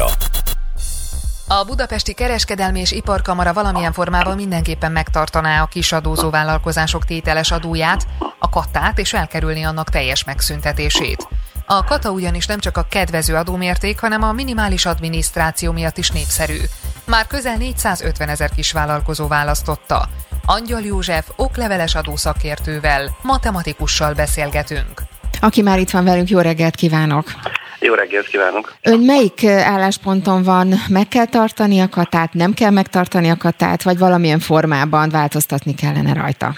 A Budapesti Kereskedelmi és Iparkamara valamilyen formában mindenképpen megtartaná a kisadózó vállalkozások tételes adóját, a kattát, és elkerülni annak teljes megszüntetését. A kata ugyanis nem csak a kedvező adómérték, hanem a minimális adminisztráció miatt is népszerű. Már közel 450 000 kisvállalkozó választotta. Angyal József okleveles adószakértővel, matematikussal beszélgetünk. Aki már itt van velünk, jó reggelt kívánok! Jó reggelt kívánok! Ön melyik állásponton van? Meg kell tartani a katát, nem kell megtartani a katát, vagy valamilyen formában változtatni kellene rajta?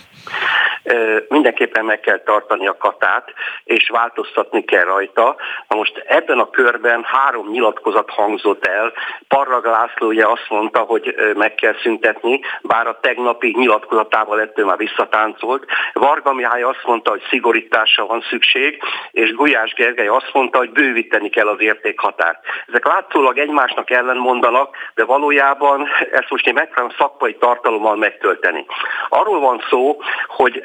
Mindenképpen meg kell tartani a katát, és változtatni kell rajta. Na most ebben a körben 3 nyilatkozat hangzott el. Parrag László ugye azt mondta, hogy meg kell szüntetni, bár a tegnapi nyilatkozatával ettől már visszatáncolt. Varga Mihály azt mondta, hogy szigorításra van szükség, és Gulyás Gergely azt mondta, hogy bővíteni kell az értékhatárt. Ezek látszólag egymásnak ellentmondanak, de valójában ezt most én megpróbálom szakmai tartalommal megtölteni. Arról van szó, hogy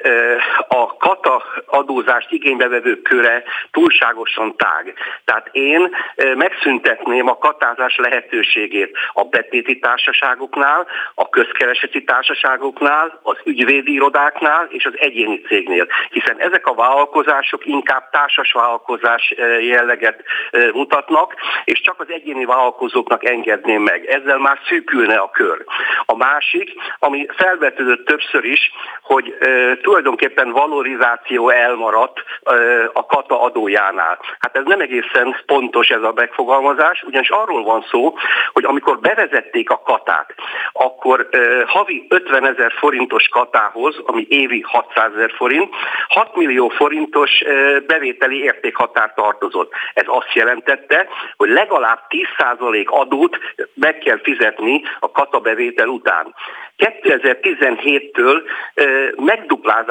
a kata adózást igénybe vevő köre túlságosan tág. Tehát én megszüntetném a katázás lehetőségét a betéti társaságoknál, a közkereseti társaságoknál, az ügyvédi irodáknál és az egyéni cégnél. Hiszen ezek a vállalkozások inkább társasvállalkozás jelleget mutatnak, és csak az egyéni vállalkozóknak engedném meg. Ezzel már szűkülne a kör. A másik, ami felvetődött többször is, hogy tulajdonképpen valorizáció elmaradt a kata adójánál. Hát ez nem egészen pontos ez a megfogalmazás, ugyanis arról van szó, hogy amikor bevezették a katát, akkor havi 50 000 forintos katához, ami évi 600 000 forint, 6 millió forintos bevételi értékhatár tartozott. Ez azt jelentette, hogy legalább 10% adót meg kell fizetni a kata bevétel után. 2017-től megduplázás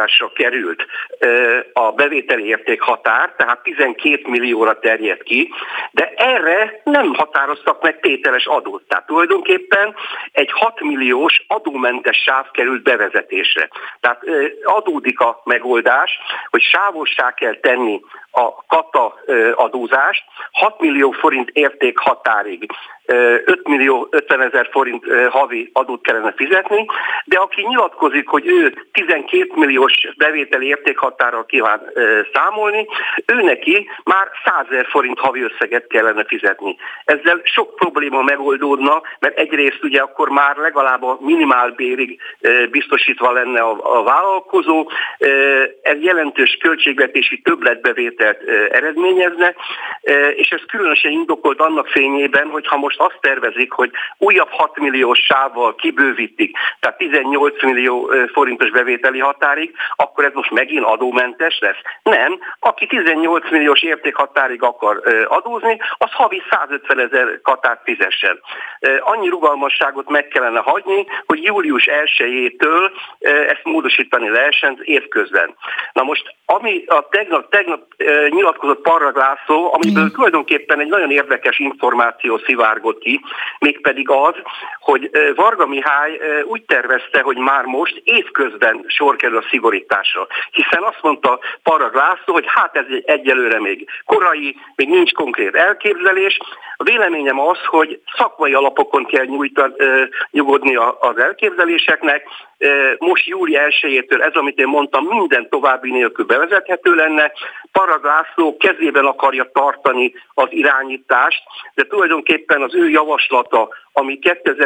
meghatározásra került a bevételi értékhatár, tehát 12 millióra terjed ki, de erre nem határoztak meg tételes adót. Tehát tulajdonképpen egy 6 milliós adómentes sáv került bevezetésre. Tehát adódik a megoldás, hogy sávossá kell tenni a kata adózást 6 millió forint értékhatárig 5 millió 50 ezer forint havi adót kellene fizetni, de aki nyilatkozik, hogy ő 12 milliós bevételi értékhatárral kíván számolni, ő neki már 100 000 forint havi összeget kellene fizetni. Ezzel sok probléma megoldódna, mert egyrészt ugye akkor már legalább a minimálbérig biztosítva lenne a vállalkozó, ez jelentős költségvetési többletbevételt eredményezne, és ez különösen indokolt annak fényében, hogy ha most azt tervezik, hogy újabb 6 milliós sávval kibővítik, tehát 18 millió forintos bevételi határig, akkor ez most megint adómentes lesz? Nem. Aki 18 milliós értékhatárig akar adózni, az havi 150 000 katát fizessen. Annyi rugalmasságot meg kellene hagyni, hogy július 1-től ezt módosítani lehessen évközben. Na most, ami a tegnap nyilatkozott Parrag László, amiből tulajdonképpen egy nagyon érdekes információ szivárgott ki, mégpedig az, hogy Varga Mihály úgy tervezte, hogy már most évközben sor kerül a szigorításra. Hiszen azt mondta Parrag László, hogy hát ez egyelőre még korai, még nincs konkrét elképzelés. A véleményem az, hogy szakmai alapokon kell nyugodni az elképzeléseknek. Most júli 1-től ez, amit én mondtam, minden további nélkül bevezethető lenne. Parrag László kezében akarja tartani az irányítást, de tulajdonképpen az ő javaslata, ami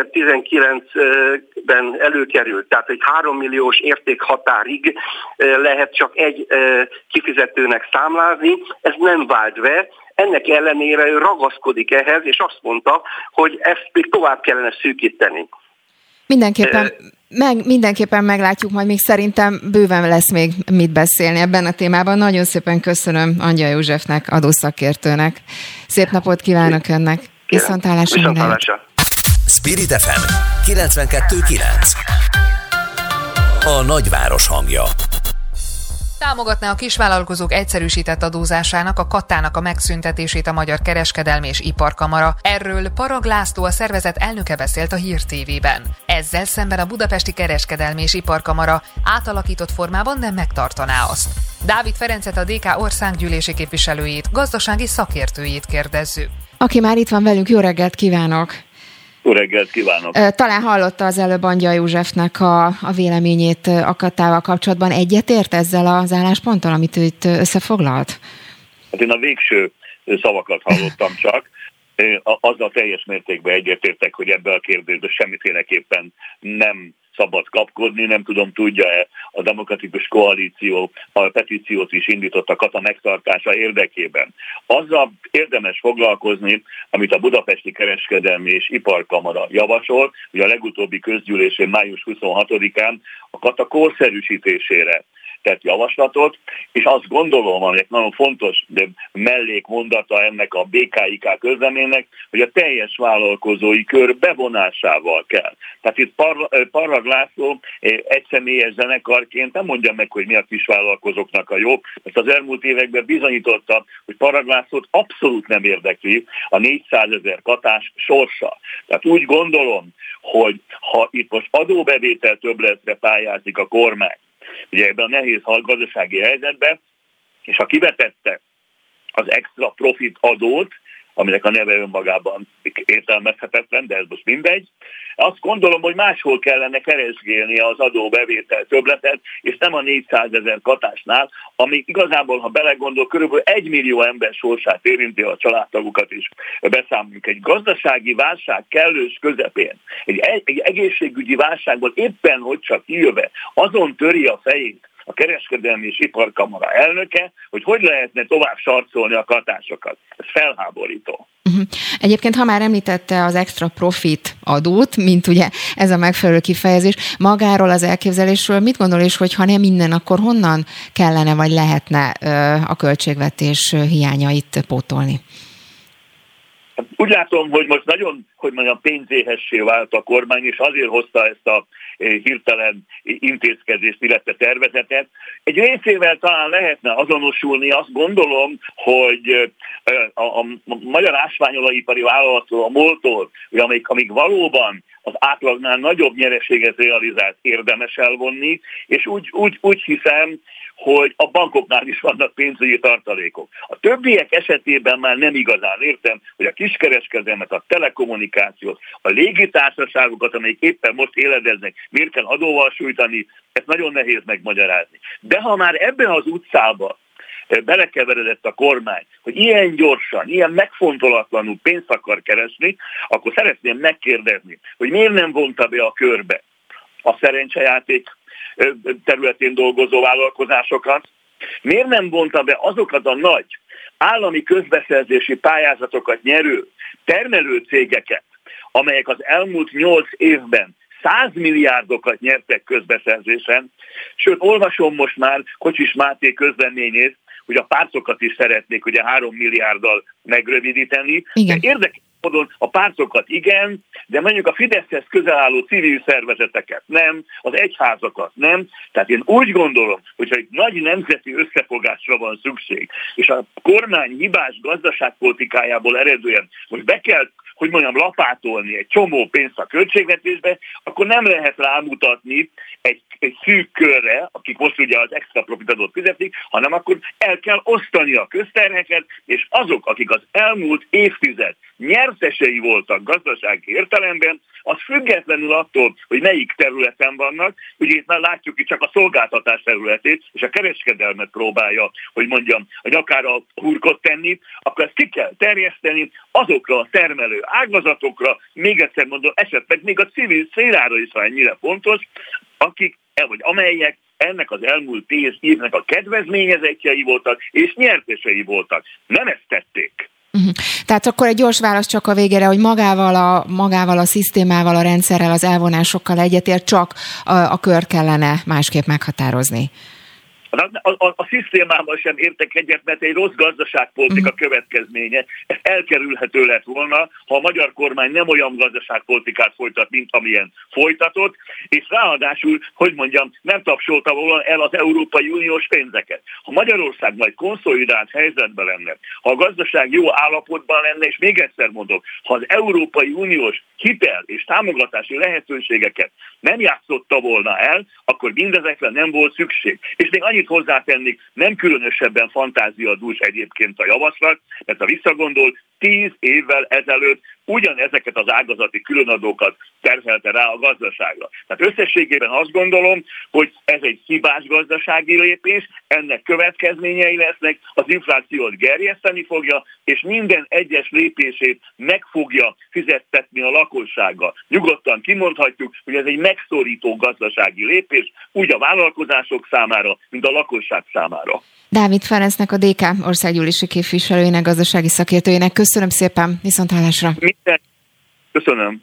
2019-ben előkerült, tehát egy 3 milliós értékhatárig lehet csak egy kifizetőnek számlázni, ez nem vált be. Ennek ellenére ő ragaszkodik ehhez, és azt mondta, hogy ezt még tovább kellene szűkíteni. Mindenképpen meglátjuk, majd még szerintem bőven lesz még mit beszélni ebben a témában. Nagyon szépen köszönöm Angyal Józsefnek, adószakértőnek. Szép napot kívánok önnek. Viszonthallásra. Spirit FM 92.9. A nagyváros hangja. Támogatná a kisvállalkozók egyszerűsített adózásának, a katának a megszüntetését a Magyar Kereskedelmi és Iparkamara. Erről Parrag László, a szervezet elnöke beszélt a Hír TV-ben. Ezzel szemben a Budapesti Kereskedelmi és Iparkamara átalakított formában nem megtartaná azt. Dávid Ferencet, a DK országgyűlési képviselőjét, gazdasági szakértőjét kérdezzük. Aki már itt van velünk, jó reggelt kívánok! Jó reggelt kívánok! Talán hallotta az előbb Angyal Józsefnek a véleményét a katával kapcsolatban. Egyetért ezzel az állásponttal, amit ő itt összefoglalt? Hát én a végső szavakat hallottam csak. Azzal teljes mértékben egyetértek, hogy ebben a kérdésben semmiféleképpen nem szabad kapkodni, nem tudom, tudja-e a Demokratikus Koalíció a petíciót is indított a kata megtartása érdekében. Azzal érdemes foglalkozni, amit a Budapesti Kereskedelmi és Iparkamara javasol, hogy a legutóbbi közgyűlésén május 26-án a kata korszerűsítésére tett javaslatot, és azt gondolom, aminek nagyon fontos mellékmondata ennek a BKIK közleménynek, hogy a teljes vállalkozói kör bevonásával kell. Tehát itt Parrag László egyszemélyes zenekarként nem mondja meg, hogy mi a kisvállalkozóknak a jó, mert az elmúlt években bizonyította, hogy Parrag Lászlót abszolút nem érdekli a 400 000 katás sorsa. Tehát úgy gondolom, hogy ha itt most adóbevétel többletre pályázik a kormány, ugye ebben a nehéz gazdasági helyzetben, és ha kivetette az extra profit adót, aminek a neve önmagában értelmezhetetlen, de ez most mindegy, azt gondolom, hogy máshol kellene keresgélni az adóbevétel többletet, és nem a 400 000 katásnál, ami igazából, ha belegondol, körülbelül 1 millió ember sorsát érinti, a családtagokat is beszámolunk. Egy gazdasági válság kellős közepén, egy egészségügyi válságból éppen, hogy csak kijöve, azon töri a fejét a Kereskedelmi és Iparkamara elnöke, hogy lehetne tovább sarcolni a katásokat. Ez felháborító. Egyébként, ha már említette az extra profit adót, mint ugye ez a megfelelő kifejezés, magáról az elképzelésről mit gondol, és hogyha nem innen, akkor honnan kellene vagy lehetne a költségvetés hiányait pótolni? Úgy látom, hogy most nagyon, hogy mondjam, pénzéhessé vált a kormány, és azért hozta ezt a hirtelen intézkedést, illetve tervezetet. Egy részével talán lehetne azonosulni, azt gondolom, hogy a magyar ásványolajipari vállalattól, a MOL-tól, amíg valóban az átlagnál nagyobb nyereséget realizált, érdemes elvonni, és úgy hiszem, hogy a bankoknál is vannak pénzügyi tartalékok. A többiek esetében már nem igazán értem, hogy a kiskereskedelmet, a telekommunikációt, a légitársaságokat, amelyek éppen most éledeznek, miért kell adóval sújtani, ezt nagyon nehéz megmagyarázni. De ha már ebben az utcába belekeveredett a kormány, hogy ilyen gyorsan, ilyen megfontolatlanul pénzt akar keresni, akkor szeretném megkérdezni, hogy miért nem vonta be a körbe a szerencsejáték területén dolgozó vállalkozásokat, miért nem vonta be azokat a nagy állami közbeszerzési pályázatokat nyerő termelő cégeket, amelyek az elmúlt 8 évben 100 milliárdokat nyertek közbeszerzésen, sőt, olvasom most már Kocsis Máté közleményét, hogy a pártokat is szeretnék ugye 3 milliárddal megrövidíteni. Igen. De érdekes módon a pártokat igen, de mondjuk a Fideszhez közel álló civil szervezeteket nem, az egyházakat nem. Tehát én úgy gondolom, hogyha egy nagy nemzeti összefogásra van szükség, és a kormány hibás gazdaságpolitikájából eredően most be kell, hogy mondjam, lapátolni egy csomó pénzt a költségvetésbe, akkor nem lehet rámutatni egy szűk körre, akik most ugye az extra profitadót fizetik, hanem akkor el kell osztani a közterheket, és azok, akik az elmúlt évtized nyertesei voltak gazdasági értelemben, az függetlenül attól, hogy melyik területen vannak, ugye itt már látjuk, hogy csak a szolgáltatás területét és a kereskedelmet próbálja, hogy mondjam, a nyakára hurkot tenni, akkor ezt ki kell terjeszteni azokra a termelő ágazatokra, még egyszer mondom, esetleg még a civil szférára is van ennyire fontos, akik, vagy amelyek ennek az elmúlt 10 évnek a kedvezményezettjei voltak, és nyertesei voltak. Nem ezt tették. Tehát akkor egy gyors válasz csak a végére, hogy magával a szisztémával, a rendszerrel, az elvonásokkal egyetért, csak a kör kellene másképp meghatározni. A szisztémával sem értek egyet, mert egy rossz gazdaságpolitika következménye. Ez elkerülhető lett volna, ha a magyar kormány nem olyan gazdaságpolitikát folytat, mint amilyen folytatott, és ráadásul, hogy mondjam, nem tapsolta volna el az Európai Uniós pénzeket. Ha Magyarország majd konszolidált helyzetben lenne, ha a gazdaság jó állapotban lenne, és még egyszer mondok, ha az Európai Uniós hitel és támogatási lehetőségeket nem játszotta volna el, akkor mindezekre nem volt szükség. És még annyit hozzátennék, nem különösebben fantáziadús egyébként a javaslat, mert ha visszagondol, 10 évvel ezelőtt ugyanezeket az ágazati különadókat terhelte rá a gazdaságra. Tehát összességében azt gondolom, hogy ez egy hibás gazdasági lépés, ennek következményei lesznek, az inflációt gerjeszteni fogja, és minden egyes lépését meg fogja fizettetni a lakossággal. Nyugodtan kimondhatjuk, hogy ez egy megszorító gazdasági lépés, úgy a vállalkozások számára, mint a lakosság számára. Dávid Ferencnek, a DK országgyűlési képviselőjének, gazdasági szakértőjének köszönöm szépen, viszonthallásra. Köszönöm.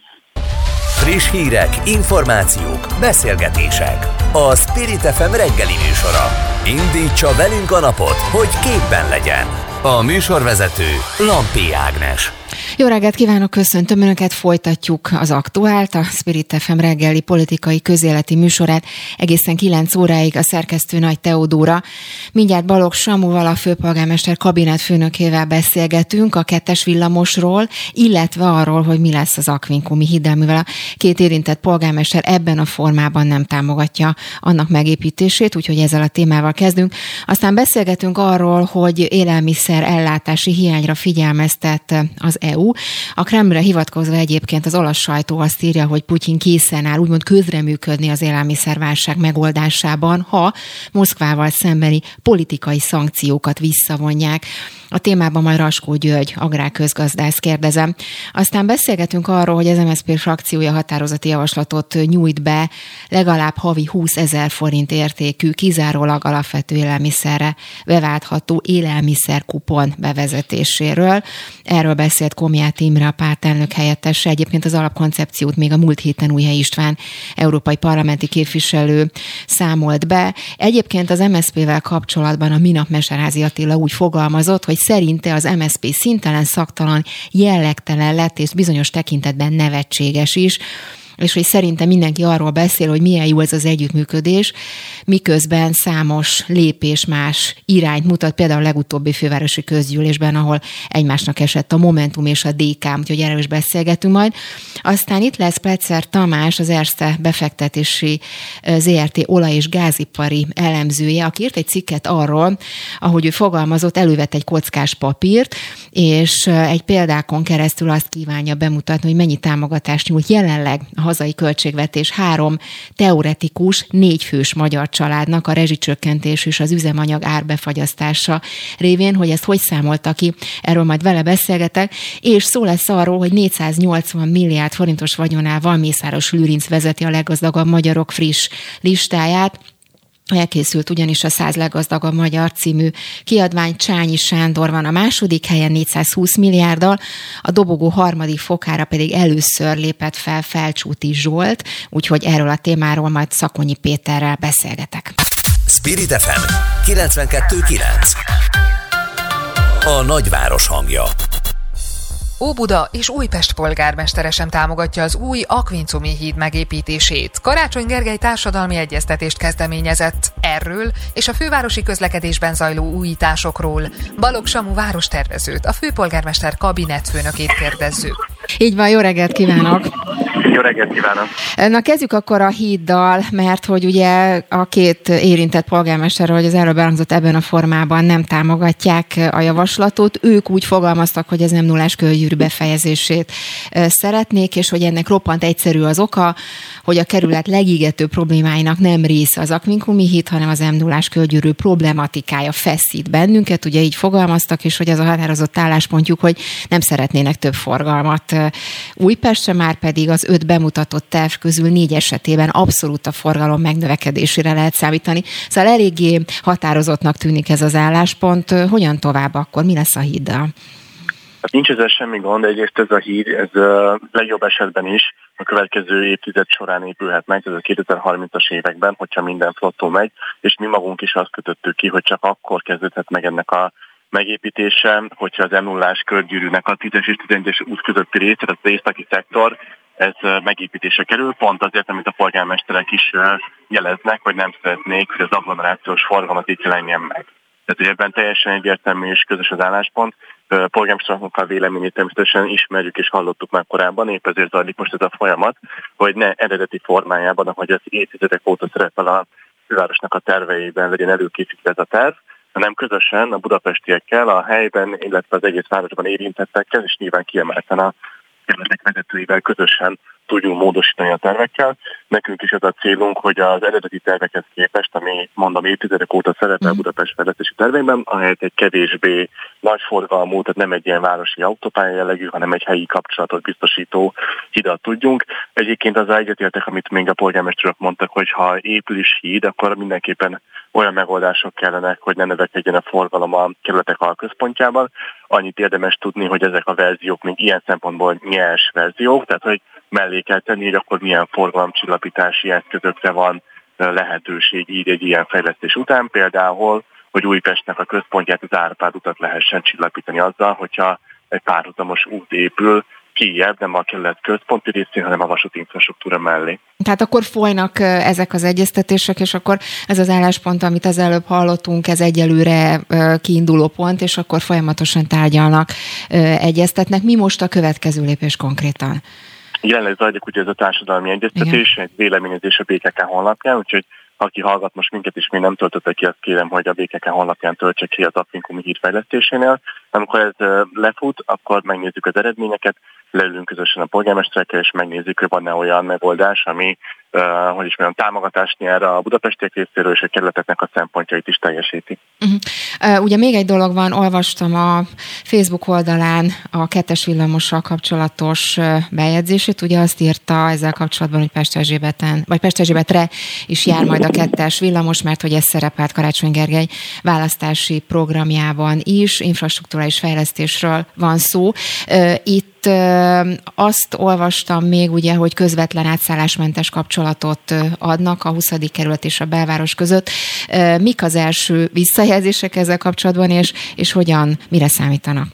Friss hírek, információk, beszélgetések. A Spirit FM reggeli műsora. Indítsa velünk a napot, hogy képben legyen. A műsorvezető Lampi Ágnes. Jó reggelt kívánok, köszöntöm Önöket, folytatjuk az aktuált, a Spirit FM reggeli politikai közéleti műsorát egészen 9 óráig a szerkesztő Nagy Teodóra. Mindjárt Balogh Samuval, a főpolgármester kabinetfőnökével beszélgetünk a 2-es villamosról, illetve arról, hogy mi lesz az Aquincumi híddal, mivel a két érintett polgármester ebben a formában nem támogatja annak megépítését, úgyhogy ezzel a témával kezdünk. Aztán beszélgetünk arról, hogy élelmiszer ellátási hiányra figyelmeztet az EU. A Kremlre hivatkozva egyébként az olasz sajtó azt írja, hogy Putyin készen áll úgymond közreműködni az élelmiszerválság megoldásában, ha Moszkvával szembeni politikai szankciókat visszavonják. A témában majd Raskó György, agrárközgazdász kérdezem. Aztán beszélgetünk arról, hogy az MSZP frakciója határozati javaslatot nyújt be legalább havi 20 000 forint értékű, kizárólag alapvető élelmiszerre beváltható élelmiszerkupon bevezetéséről. Erről beszélt Tomját Imre, a pártelnök helyettese. Egyébként az alapkoncepciót még a múlt héten Újhely István európai parlamenti képviselő számolt be. Egyébként az MSZP-vel kapcsolatban a minap Mesterházy Attila úgy fogalmazott, hogy szerinte az MSZP szintelen, szaktalan, jellegtelen lett, és bizonyos tekintetben nevetséges is, és hogy szerintem mindenki arról beszél, hogy milyen jó ez az együttműködés, miközben számos lépés más irányt mutat, például a legutóbbi fővárosi közgyűlésben, ahol egymásnak esett a Momentum és a DK, úgyhogy erről is beszélgetünk majd. Aztán itt lesz Pletzer Tamás, az Erste befektetési ZRT olaj- és gázipari elemzője, aki írt egy cikket arról, ahogy ő fogalmazott, elővett egy kockás papírt, és egy példákon keresztül azt kívánja bemutatni, hogy mennyi támogatást nyújt jelenleg a hazai költségvetés 3 teoretikus, 4 fős magyar családnak a rezsicsökkentés és az üzemanyag árbefagyasztása révén, hogy ezt hogy számolta ki, erről majd vele beszélgetek, és szó lesz arról, hogy 480 milliárd forintos vagyonával Mészáros Lőrinc vezeti a leggazdagabb magyarok friss listáját. Elkészült ugyanis a 100 leggazdagabb magyar című kiadvány, Csányi Sándor van a második helyen 420 milliárddal, a dobogó harmadik fokára pedig először lépett fel Felcsúti Zsolt, úgyhogy erről a témáról majd Szakonyi Péterrel beszélgetek. Spirit FM 92.9. A nagyváros hangja. Óbuda és Újpest polgármestere sem támogatja az új Akvincumi híd megépítését. Karácsony Gergely társadalmi egyeztetést kezdeményezett erről és a fővárosi közlekedésben zajló újításokról. Balogh Samu várostervezőt, a főpolgármester kabinetfőnökét kérdezzük. Így van, jó reggelt kívánok! Jó reggelt kívánok! Na kezdjük akkor a híddal, mert hogy ugye a két érintett polgármester, hogy az előbb elhangzott, ebben a formában nem támogatják a javaslatot. Ők úgy fogalmaztak, hogy ez nem nullás költgyűrű befejezését szeretnék, és hogy ennek roppant egyszerű az oka, hogy a kerület legégetőbb problémáinak nem része az Akvincumi híd, hanem az M0-ás költgyűrű problematikája feszít bennünket, ugye így fogalmaztak, és hogy az a határozott álláspontjuk, hogy nem szeretnének több forgalmat Újpestre, már pedig az 5 bemutatott terv közül 4 esetében abszolút a forgalom megnövekedésére lehet számítani. Szóval eléggé határozottnak tűnik ez az álláspont. Hogyan tovább akkor? Mi lesz a híddal? Hát nincs ezzel semmi gond, egyrészt ez a híd, ez legjobb esetben is a következő évtized során épülhet meg, ez a 2030-as években, hogyha minden flottul megy, és mi magunk is azt kötöttük ki, hogy csak akkor kezdődhet meg ennek a megépítése, hogyha az M0-ás körgyűrűnek a 10-es és 11-es út közötti része, tehát az északi szektor, ez megépítése kerül, pont azért, amit a polgármesterek is jeleznek, hogy nem szeretnék, hogy az agglomerációs forgalmat itt jelenjen meg. Tehát, hogy ebben teljesen egyértelmű és közös az álláspont. Polgármesternek a véleményét természetesen ismerjük és hallottuk már korábban, épp ezért zajlik most ez a folyamat, hogy ne eredeti formájában, ahogy az évtizedek óta szerepel a fővárosnak a terveiben legyen előkészítve ez a terv, hanem közösen a budapestiekkel, a helyben, illetve az egész városban érintettekkel, és nyilván kiemelten a kerületek vezetőivel közösen tudjunk módosítani a tervekkel. Nekünk is az a célunk, hogy az eredeti tervekhez képest, ami mondom évtizedek óta szerepel Budapest fejlesztési terveiben, ahelyett egy kevésbé nagy forgalmú, tehát nem egy ilyen városi autópálya jellegű, hanem egy helyi kapcsolatot biztosító hidat tudjunk. Egyébként az egyetértek, amit még a polgármesterek mondtak, hogy ha épül is híd, akkor mindenképpen olyan megoldások kellenek, hogy ne növekedjen a forgalom a kerületek alközpontjában. Annyit érdemes tudni, hogy ezek a verziók még ilyen szempontból nyers verziók, tehát hogy mellé kell tenni, hogy akkor milyen forgalomcsillapítási eszközökre van lehetőség így egy ilyen fejlesztés után. Például, hogy Újpestnek a központját, az Árpád utat lehessen csillapítani azzal, hogyha egy párhuzamos út épül, kijebb, nem a kerület központi részén, hanem a vasúti infrastruktúra mellé. Tehát akkor folynak ezek az egyeztetések, és akkor ez az álláspont, amit az előbb hallottunk, ez egyelőre kiinduló pont, és akkor folyamatosan tárgyalnak, egyeztetnek. Mi most a következő lépés konkrétan? Jelenleg zajlik ugye ez a társadalmi egyeztetés, egy véleményezés a BKK honlapján, úgyhogy aki hallgat most minket is még nem töltötte ki, azt kérem, hogy a BKK honlapján töltse ki az Akvincumi híd fejlesztésénél. Amikor ez lefut, akkor megnézzük az eredményeket, leülünk közösen a polgármesterekkel, és megnézzük, hogy van-e olyan megoldás, ami támogatást nyer a budapestiek részéről, és a kerületeknek a szempontjait is teljesíti. Ugye még egy dolog van, olvastam a Facebook oldalán a 2-es villamossal kapcsolatos bejegyzését, ugye azt írta ezzel kapcsolatban, hogy Pest Erzsébetre is jár majd a 2-es villamos, mert hogy ez szerepelt Karácsony Gergely választási programjában is, infrastruktúrális strukturális fejlesztésről van szó. Itt azt olvastam még, ugye, hogy közvetlen átszállásmentes kapcsolatot adnak a 20. kerület és a belváros között. Mik az első visszajelzések ezzel kapcsolatban, és hogyan, mire számítanak?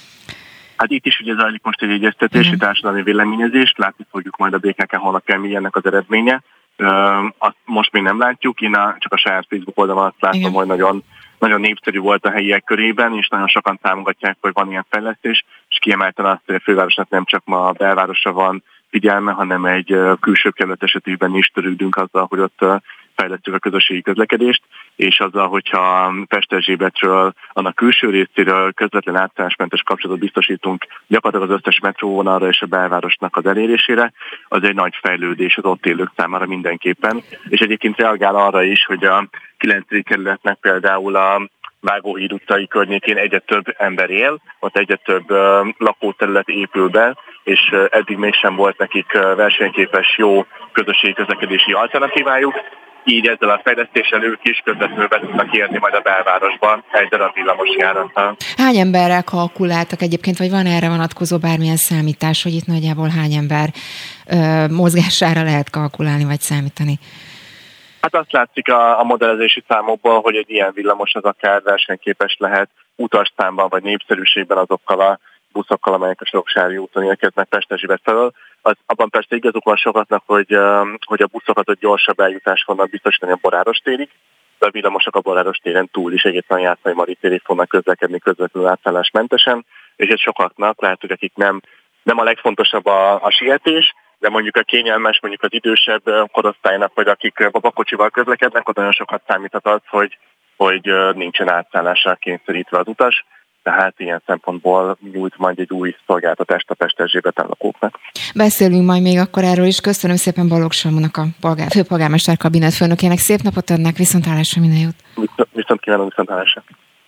Hát itt is ugye zajlik most egy egyeztetési társadalmi véleményezést, látni fogjuk majd a BKK honlapján, mi ennek az eredménye. Azt most még nem látjuk, én csak a saját Facebook oldalon azt látom, hogy nagyon népszerű volt a helyiek körében, és nagyon sokan támogatják, hogy van ilyen fejlesztés, és kiemelten azt, hogy a fővárosnak nem csak ma a belvárosra van figyelme, hanem egy külső kerület esetében is törődünk azzal, hogy ott fejlesztjük a közösségi közlekedést, és azzal, hogyha Pest-Erzsébetről, annak külső részéről közvetlen átszállásmentes kapcsolatot biztosítunk gyakorlatilag az összes metróvonalra és a belvárosnak az elérésére, az egy nagy fejlődés az ott élők számára mindenképpen. És egyébként reagál arra is, hogy a 9. kerületnek például a Vágóhíd utcai környékén egyre több ember él, ott egyre több lakóterület épül be, és eddig mégsem volt nekik versenyképes, jó közösségi közlekedési alternatívájuk. Így ezzel a fejlesztéssel ők is közvetlenül be tudnak érni majd a belvárosban egy darab villamosjárattal. Hány emberrel kalkuláltak egyébként, vagy van erre vonatkozó bármilyen számítás, hogy itt nagyjából hány ember mozgására lehet kalkulálni, vagy számítani? Hát azt látszik a modellezési számokból, hogy egy ilyen villamos az akár versenyképes lehet utasszámban vagy népszerűségben azokkal a buszokkal, amelyek a Soroksári úton érkeznek Pest-Erzsébet felől. Abban persze igazuk van sokatnak, hogy a buszokat a gyorsabb eljutás fognak biztosítani a Boráros térig, de a villamosok a Boráros téren túl is egészen a Jászai Mari térig fognak közlekedni közvetlenül átszállásmentesen, és ez sokaknak lehet, hogy akik nem a legfontosabb a sietés, de mondjuk a kényelmes, mondjuk az idősebb korosztálynak, vagy akik babakocsival közlekednek, ott nagyon sokat számíthat az, hogy nincsen átszállásra kényszerítve az utas, tehát ilyen szempontból nyújt majd egy új szolgáltatást a Pest-Erzsébeten lakóknak. Beszélünk majd még akkor erről is. Köszönöm szépen Balogh Salmónak, a főpolgármester kabinet főnökének. Szép napot önnek, viszonthallásra, minden jót! Viszont kívánom, viszonthallásra!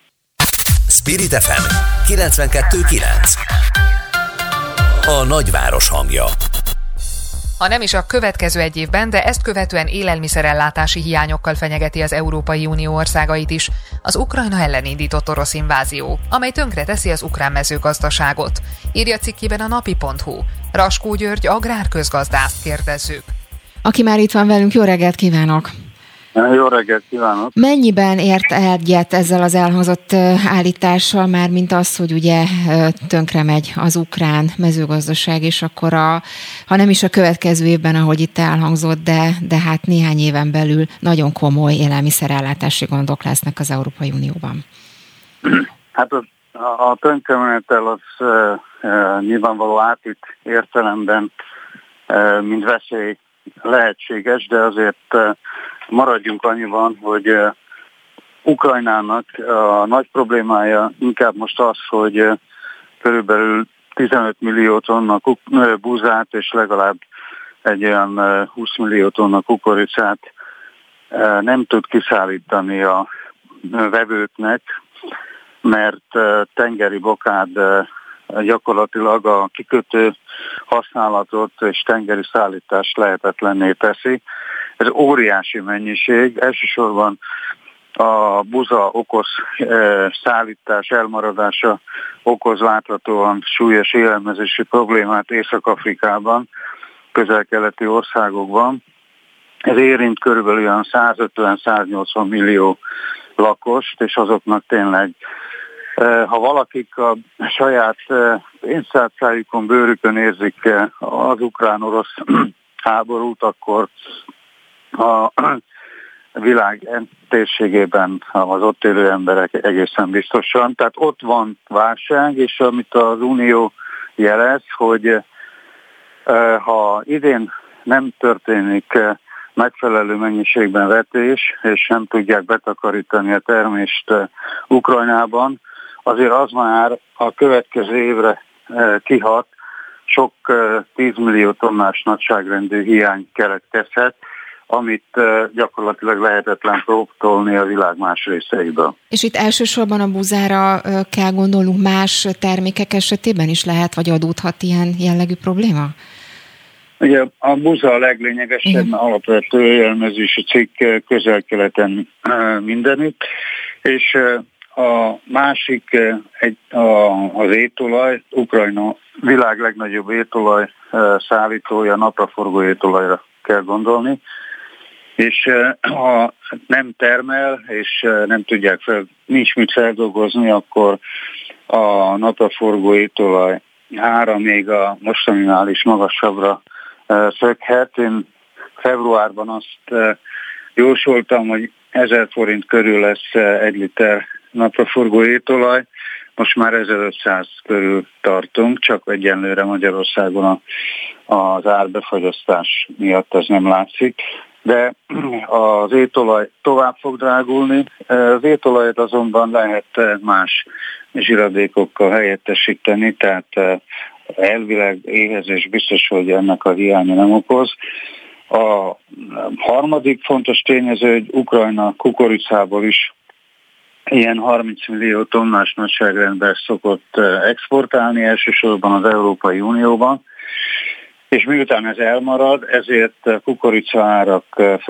Spirit FM 92.9. A nagyváros hangja. Ha nem is a következő egy évben, de ezt követően élelmiszerellátási hiányokkal fenyegeti az Európai Unió országait is az Ukrajna ellen indított orosz invázió, amely tönkreteszi az ukrán mezőgazdaságot. Írja cikkében a napi.hu. Raskó György agrárközgazdászt kérdezzük. Aki már itt van velünk, jó reggelt kívánok! Jó reggelt kívánok! Mennyiben ért egyet ezzel az elhangzott állítással, már mint az, hogy ugye tönkre megy az ukrán mezőgazdaság, és akkor ha nem is a következő évben, ahogy itt elhangzott, de hát néhány éven belül nagyon komoly élelmiszerellátási gondok lesznek az Európai Unióban? Hát a tönkremenetel az nyilvánvaló átütt értelemben, mint veszély lehetséges, de azért maradjunk annyiban, hogy Ukrajnának a nagy problémája inkább most az, hogy körülbelül 15 millió tonna búzát és legalább egy olyan 20 millió tonna kukoricát nem tud kiszállítani a vevőknek, mert tengeri blokád gyakorlatilag a kikötő használatot és tengeri szállítást lehetetlenné teszi. Ez óriási mennyiség, elsősorban a buza okoz szállítás elmaradása okoz láthatóan súlyos élelmezési problémát Észak-Afrikában, közel-keleti országokban. Ez érint körülbelül olyan 150-180 millió lakost, és azoknak tényleg, ha valakik a saját pénztárcájukon, bőrükön érzik az ukrán-orosz háborút, akkor a világ térségében az ott élő emberek egészen biztosan. Tehát ott van válság, és amit az Unió jelez, hogy ha idén nem történik megfelelő mennyiségben vetés, és nem tudják betakarítani a termést Ukrajnában, azért az már a következő évre kihat, sok 10 millió tonnás nagyságrendű hiány keletkezhet, amit gyakorlatilag lehetetlen pótolni a világ más részeiből. És itt elsősorban a búzára kell gondolnunk, más termékek esetében is lehet, vagy adódhat ilyen jellegű probléma? Ugye a búza a leglényegesebb, alapvető élelmezési cikk Közel-Keleten mindenütt, és a másik az étolaj, Ukrajna világ legnagyobb étolaj szállítója, napraforgó étolajra kell gondolni, és ha nem termel, és nem tudják nincs mit feldolgozni, akkor a napraforgó étolaj ára még a mostaninál is magasabbra szökhet. Én februárban azt jósoltam, hogy 1000 forint körül lesz 1 liter napraforgó étolaj, most már 1500 körül tartunk, csak egyenlőre Magyarországon az árbefagyasztás miatt ez nem látszik, de az étolaj tovább fog drágulni. Az étolajat azonban lehet más zsiradékokkal helyettesíteni, tehát elvileg éhezés biztos, hogy ennek a hiánya nem okoz. A harmadik fontos tényező, hogy Ukrajna kukoricából is ilyen 30 millió tonnás nagyságrendben szokott exportálni, elsősorban az Európai Unióban, és miután ez elmarad, ezért kukorica árak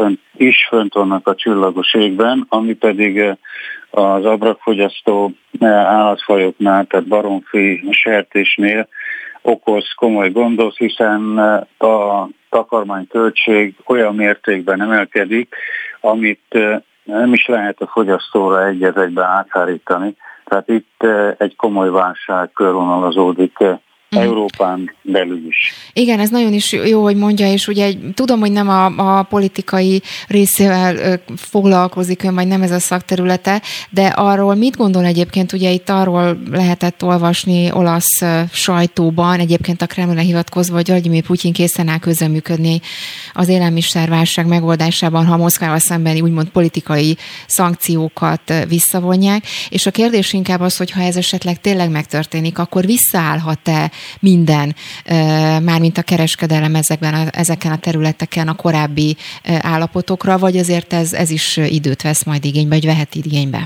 is fönt vannak a csillagos égben, ami pedig az abrakfogyasztó állatfajoknál, tehát baromfi, sertésnél okoz komoly gondot, hiszen a takarmányköltség olyan mértékben emelkedik, amit nem is lehet a fogyasztóra egy-egybe áthárítani. Tehát itt egy komoly válság körvonalazódik Európán belül is. Igen, ez nagyon is jó, hogy mondja, és ugye tudom, hogy nem a politikai részével foglalkozik ön, vagy nem ez a szakterülete, de arról mit gondol egyébként, ugye itt arról lehetett olvasni olasz sajtóban, egyébként a Kremlre hivatkozva, hogy Vladimir Putyin készen áll közreműködni az élelmiszerválság megoldásában, ha Moszkvával szembeni úgymond politikai szankciókat visszavonják, és a kérdés inkább az, hogy ha ez esetleg tényleg megtörténik, akkor visszaállhat-e minden, mármint a kereskedelem ezeken a területeken a korábbi állapotokra, vagy azért ez is időt vesz majd igénybe, vagy vehet igénybe?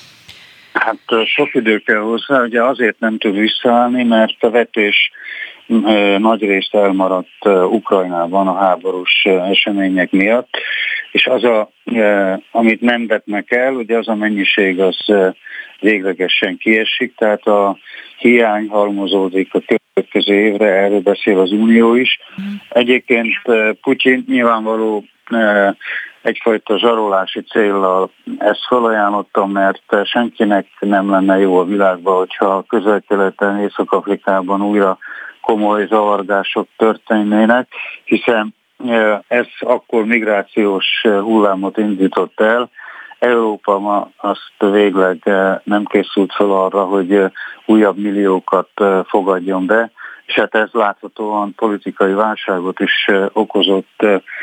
Hát sok idő kell hozzá, ugye azért nem tud visszaállni, mert a vetés nagy részt elmaradt Ukrajnában a háborús események miatt, és amit nem vetnek el, ugye az a mennyiség az véglegesen kiesik, tehát a hiány halmozódik a következő évre, erről beszél az Unió is. Egyébként Putyin nyilvánvaló egyfajta zsarolási céllal ezt felajánlottam, mert senkinek nem lenne jó a világban, hogyha a Közel-Keleten, Észak-Afrikában újra komoly zavargások történnének, hiszen ez akkor migrációs hullámot indított el. Európa ma azt végleg nem készült fel arra, hogy újabb milliókat fogadjon be, és hát ez láthatóan politikai válságot is okozott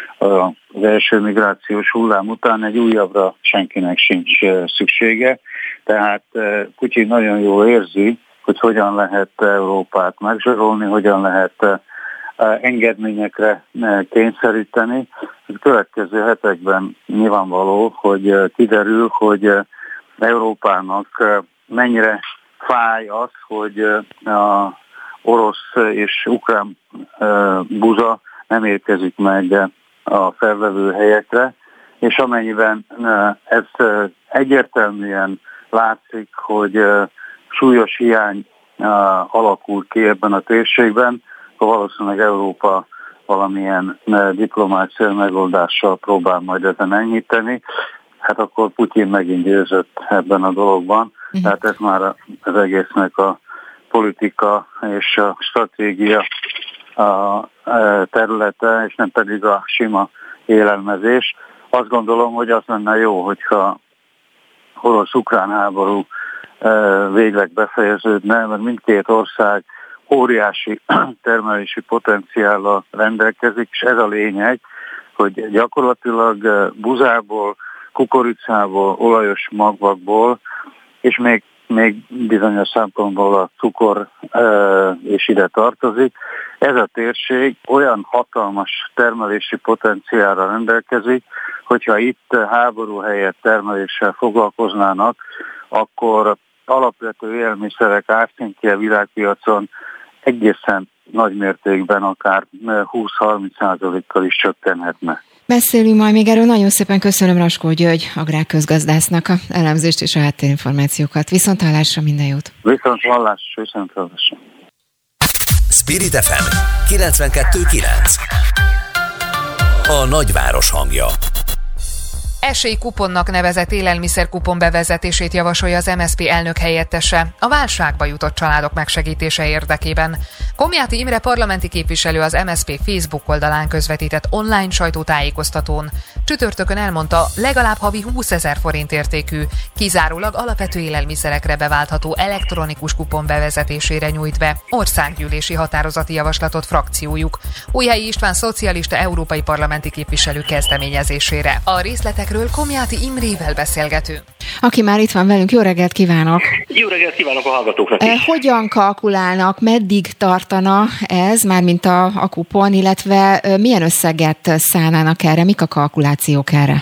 az első migrációs hullám után, egy újabbra senkinek sincs szüksége, tehát Putyin nagyon jól érzi, hogy hogyan lehet Európát megzsarolni, hogyan lehet engedményekre kényszeríteni. A következő hetekben nyilvánvaló, hogy kiderül, hogy Európának mennyire fáj az, hogy a orosz és ukrán buza nem érkezik meg a felvevő helyekre, és amennyiben ez egyértelműen látszik, hogy súlyos hiány alakul ki ebben a térségben, akkor valószínűleg Európa valamilyen diplomáciai megoldással próbál majd ezen enyhíteni, hát akkor Putyin megint győzött ebben a dologban, tehát ez már az egésznek a politika és a stratégia a területe, és nem pedig a sima élelmezés. Azt gondolom, hogy az lenne jó, hogyha orosz-ukrán háború végleg befejeződne, mert mindkét ország óriási termelési potenciállal rendelkezik, és ez a lényeg, hogy gyakorlatilag buzából, kukoricából, olajos magvakból, és még bizonyos szempontból a cukor is ide tartozik. Ez a térség olyan hatalmas termelési potenciálra rendelkezik, hogyha itt háború helyett termeléssel foglalkoznának, akkor alapvető élelmiszerek árszintje világpiacon egészen nagy mértékben akár 20-30%-kal is csökkenhetne. Beszélünk majd még erről. Nagyon szépen köszönöm Raskó György agrárközgazdásznak a elemzést és a háttérinformációkat. Viszonthallásra, minden jót! Viszonthallásra. Spirit FM 92.9. A nagyváros hangja. Esélykuponnak nevezett élelmiszerkupon bevezetését javasolja az MSZP elnök helyettese a válságba jutott családok megsegítése érdekében. Komjáti Imre parlamenti képviselő az MSZP Facebook oldalán közvetített online sajtótájékoztatón csütörtökön elmondta, legalább havi 20 000 forint értékű, kizárólag alapvető élelmiszerekre beváltható elektronikus kupon bevezetésére nyújt be országgyűlési határozati javaslatot frakciójuk Újhelyi István szocialista európai parlamenti képviselő kezdeményezésére. A részletekről Komjáti Imrével beszélgetünk. Aki már itt van velünk, jó reggelt kívánok! Jó reggelt kívánok a hallgatóknak is! Hogyan kalkulálnak, meddig tartana ez, mármint a kupon, illetve milyen összeget szállnának erre, mik a kalkulációk erre?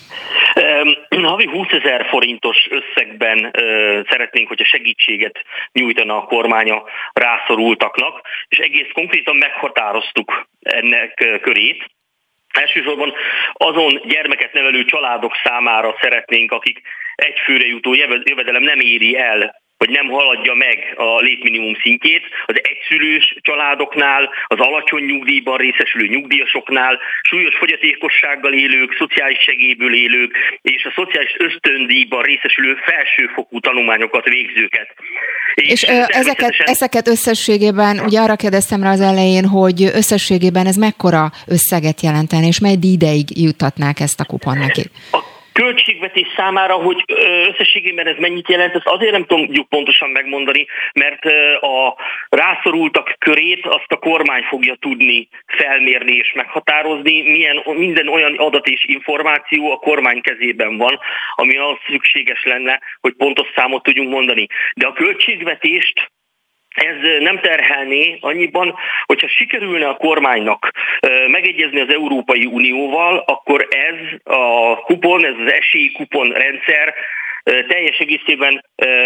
Havi 20 000 forintos összegben szeretnénk, hogyha segítséget nyújtana a kormány a rászorultaknak, és egész konkrétan meghatároztuk ennek körét. Elsősorban azon gyermeket nevelő családok számára szeretnénk, akik egyfőre jutó jövedelem nem éri el, vagy nem haladja meg a létminimum szintjét, az egyszülős családoknál, az alacsony nyugdíjban részesülő nyugdíjasoknál, súlyos fogyatékossággal élők, szociális segélyből élők és a szociális ösztöndíjban részesülő felsőfokú tanulmányokat végzőket. És ezeket összességében, ugye arra kérdeztem rá az elején, hogy összességében ez mekkora összeget jelentene, és mely ideig juttatnák ezt a kupon neki? Költségvetés számára, hogy összességében ez mennyit jelent, ezt azért nem tudjuk pontosan megmondani, mert a rászorultak körét azt a kormány fogja tudni felmérni és meghatározni. Minden olyan adat és információ a kormány kezében van, ami az szükséges lenne, hogy pontos számot tudjunk mondani. De a költségvetést ez nem terhelné annyiban, hogyha sikerülne a kormánynak megegyezni az Európai Unióval, akkor ez a kupon, ez az esélykupon rendszer teljes egészében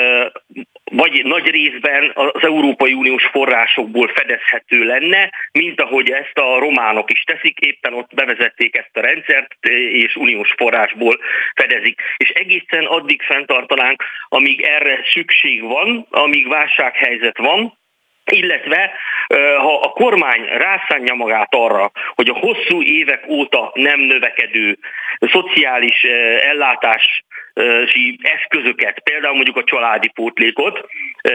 vagy nagy részben az Európai Uniós forrásokból fedezhető lenne, mint ahogy ezt a románok is teszik, éppen ott bevezették ezt a rendszert, és uniós forrásból fedezik. És egészen addig fenntartanánk, amíg erre szükség van, amíg válsághelyzet van, illetve ha a kormány rászánja magát arra, hogy a hosszú évek óta nem növekedő szociális ellátási eszközöket, például mondjuk a családi pótlékot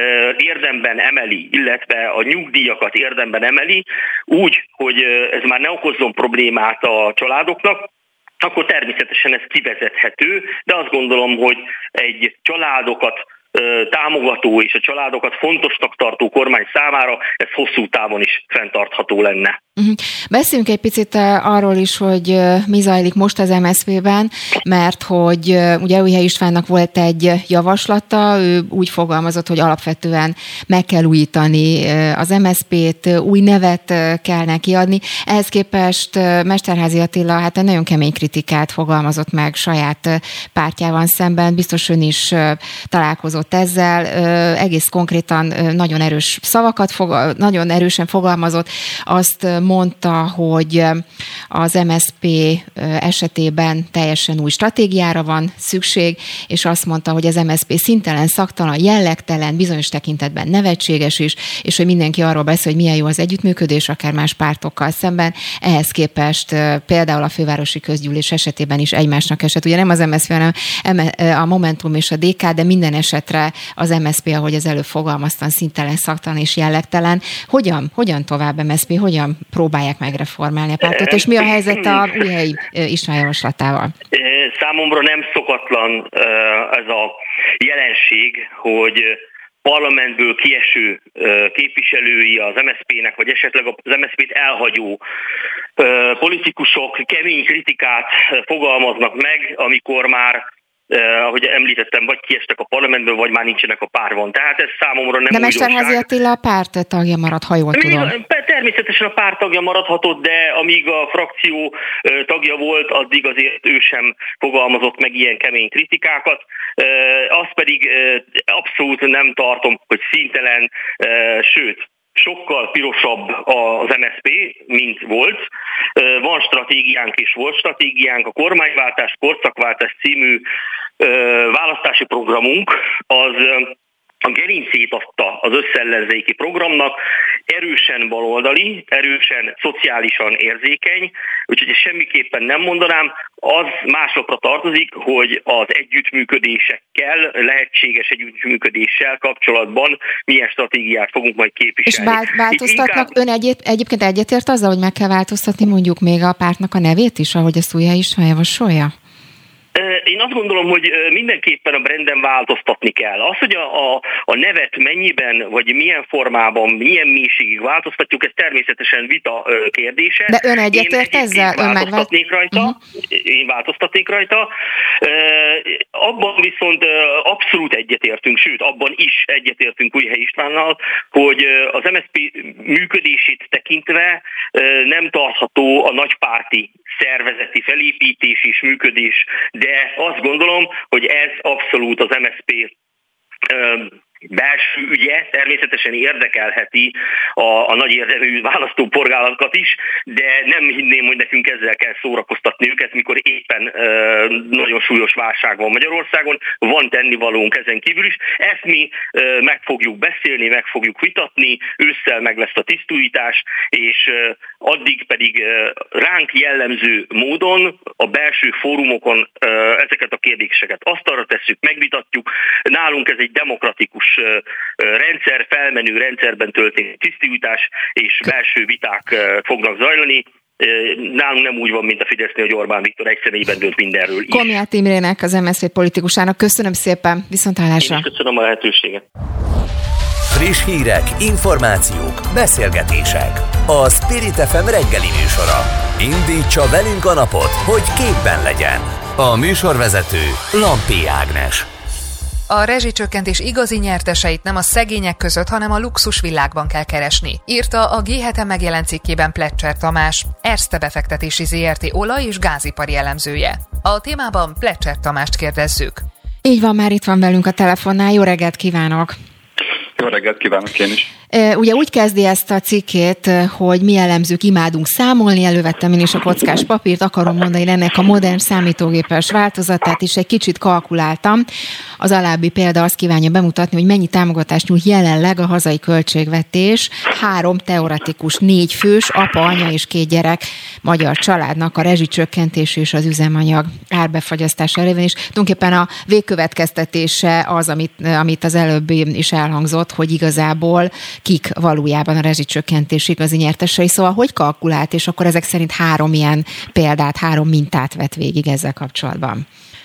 érdemben emeli, illetve a nyugdíjakat érdemben emeli, úgy, hogy ez már ne okozzon problémát a családoknak, akkor természetesen ez kivezethető, de azt gondolom, hogy egy családokat támogató és a családokat fontosnak tartó kormány számára ez hosszú távon is fenntartható lenne. Beszéljünk egy picit arról is, hogy mi zajlik most az MSZP-ben, mert hogy ugye Újhelyi Istvánnak volt egy javaslata, ő úgy fogalmazott, hogy alapvetően meg kell újítani az MSZP-t, új nevet kell neki adni. Ehhez képest Mesterházy Attila hát egy nagyon kemény kritikát fogalmazott meg saját pártjával szemben, biztos ön is találkozott ezzel, egész konkrétan nagyon erős szavakat, nagyon erősen fogalmazott, azt mondta, hogy az MSZP esetében teljesen új stratégiára van szükség, és azt mondta, hogy az MSZP szintelen, szaktalan, jellegtelen, bizonyos tekintetben nevetséges is, és hogy mindenki arról beszél, hogy milyen jó az együttműködés, akár más pártokkal szemben. Ehhez képest például a fővárosi közgyűlés esetében is egymásnak esett. Ugye nem az MSZP, hanem a Momentum és a DK, de minden esetre az MSZP, ahogy az előbb fogalmaztam, szintelen, szaktalan és jellegtelen. Hogyan tovább MSZP, hogyan próbálják megreformálni a pártot, és mi a helyzet a Újhelyi István javaslatával? Számomra nem szokatlan ez a jelenség, hogy parlamentből kieső képviselői az MSZP-nek, vagy esetleg az MSZP-t elhagyó politikusok kemény kritikát fogalmaznak meg, amikor már ahogy említettem, vagy kiestek a parlamentből, vagy már nincsenek a párban. Tehát ez számomra nem újdonság. De Mesterházy Attila a párt tagja marad, ha jól tudom. Természetesen a párt tagja maradhatott, de amíg a frakció tagja volt, addig azért ő sem fogalmazott meg ilyen kemény kritikákat. Azt pedig abszolút nem tartom, hogy színtelen, sőt, sokkal pirosabb az MSZP, mint volt. Van stratégiánk és volt stratégiánk, a kormányváltás, korszakváltás című választási programunk az a gerincét adta az összellenzéki programnak, erősen baloldali, erősen szociálisan érzékeny, úgyhogy semmiképpen nem mondanám, az másokra tartozik, hogy az együttműködésekkel, lehetséges együttműködéssel kapcsolatban milyen stratégiát fogunk majd képviselni. És változtatnak ön egyébként egyetért azzal, hogy meg kell változtatni mondjuk még a pártnak a nevét is, ahogy ezt Ujjai István javasolja? Én azt gondolom, hogy mindenképpen a branden változtatni kell. Az, hogy a nevet mennyiben, vagy milyen formában, milyen mélységig változtatjuk, ez természetesen vita kérdése. De ön egyetért ezzel? Én változtatnék rajta. Abban viszont abszolút egyetértünk, sőt, abban is egyetértünk Ujjai Istvánnal, hogy az MSZP működését tekintve nem tartható a nagypárti szervezeti felépítés és működés, de azt gondolom, hogy ez abszolút az MSZP belső ügye, természetesen érdekelheti a nagy érdemű választópolgárokat is, de nem hinném, hogy nekünk ezzel kell szórakoztatni őket, mikor éppen nagyon súlyos válság van Magyarországon, van tennivalónk ezen kívül is. Ezt mi meg fogjuk beszélni, meg fogjuk vitatni, ősszel meg lesz a tisztújítás, és addig pedig ránk jellemző módon a belső fórumokon ezeket a kérdéseket asztalra tesszük, megvitatjuk. Nálunk ez egy demokratikus rendszer, felmenő rendszerben történő tisztújítás és belső viták fognak zajlani. Nálunk nem úgy van, mint a Fidesznél, hogy Orbán Viktor egy személyben dönt mindenről is. Komját Imrének, az MSZP politikusának köszönöm szépen, viszonthallásra. Én is köszönöm a lehetőséget. Friss hírek, információk, beszélgetések. A Spirit FM reggeli műsora. Indítsa velünk a napot, hogy képben legyen. A műsorvezető Lampi Ágnes. A rezsicsökkentés igazi nyerteseit nem a szegények között, hanem a luxusvillákban kell keresni, írta a G7-en megjelent cikkében Plecser Tamás, Erste befektetési ZRT olaj- és gázipari elemzője. A témában Plecser Tamást kérdezzük. Így van, már itt van velünk a telefonnál. Jó reggelt kívánok! Jó reggelt kívánok én is! Ugye úgy kezdi ezt a cikkét, hogy mi elemzők imádunk számolni, elővettem én is a kockás papírt, akarom mondani ennek a modern számítógépes változatát, és egy kicsit kalkuláltam. Az alábbi példa azt kívánja bemutatni, hogy mennyi támogatást nyújt jelenleg a hazai költségvetés 3 teoretikus 4 fős, apa, anya és 2 gyerek magyar családnak a rezsicsökkentés és az üzemanyag árbefagyasztása révén is. Tulajdonképpen a végkövetkeztetése az, amit az előbb is elhangzott, hogy igazából kik valójában a rezsicsökkentés igazi nyertesei. Szóval hogy kalkulált, és akkor ezek szerint 3 ilyen példát, 3 mintát vett végig ezzel kapcsolatban?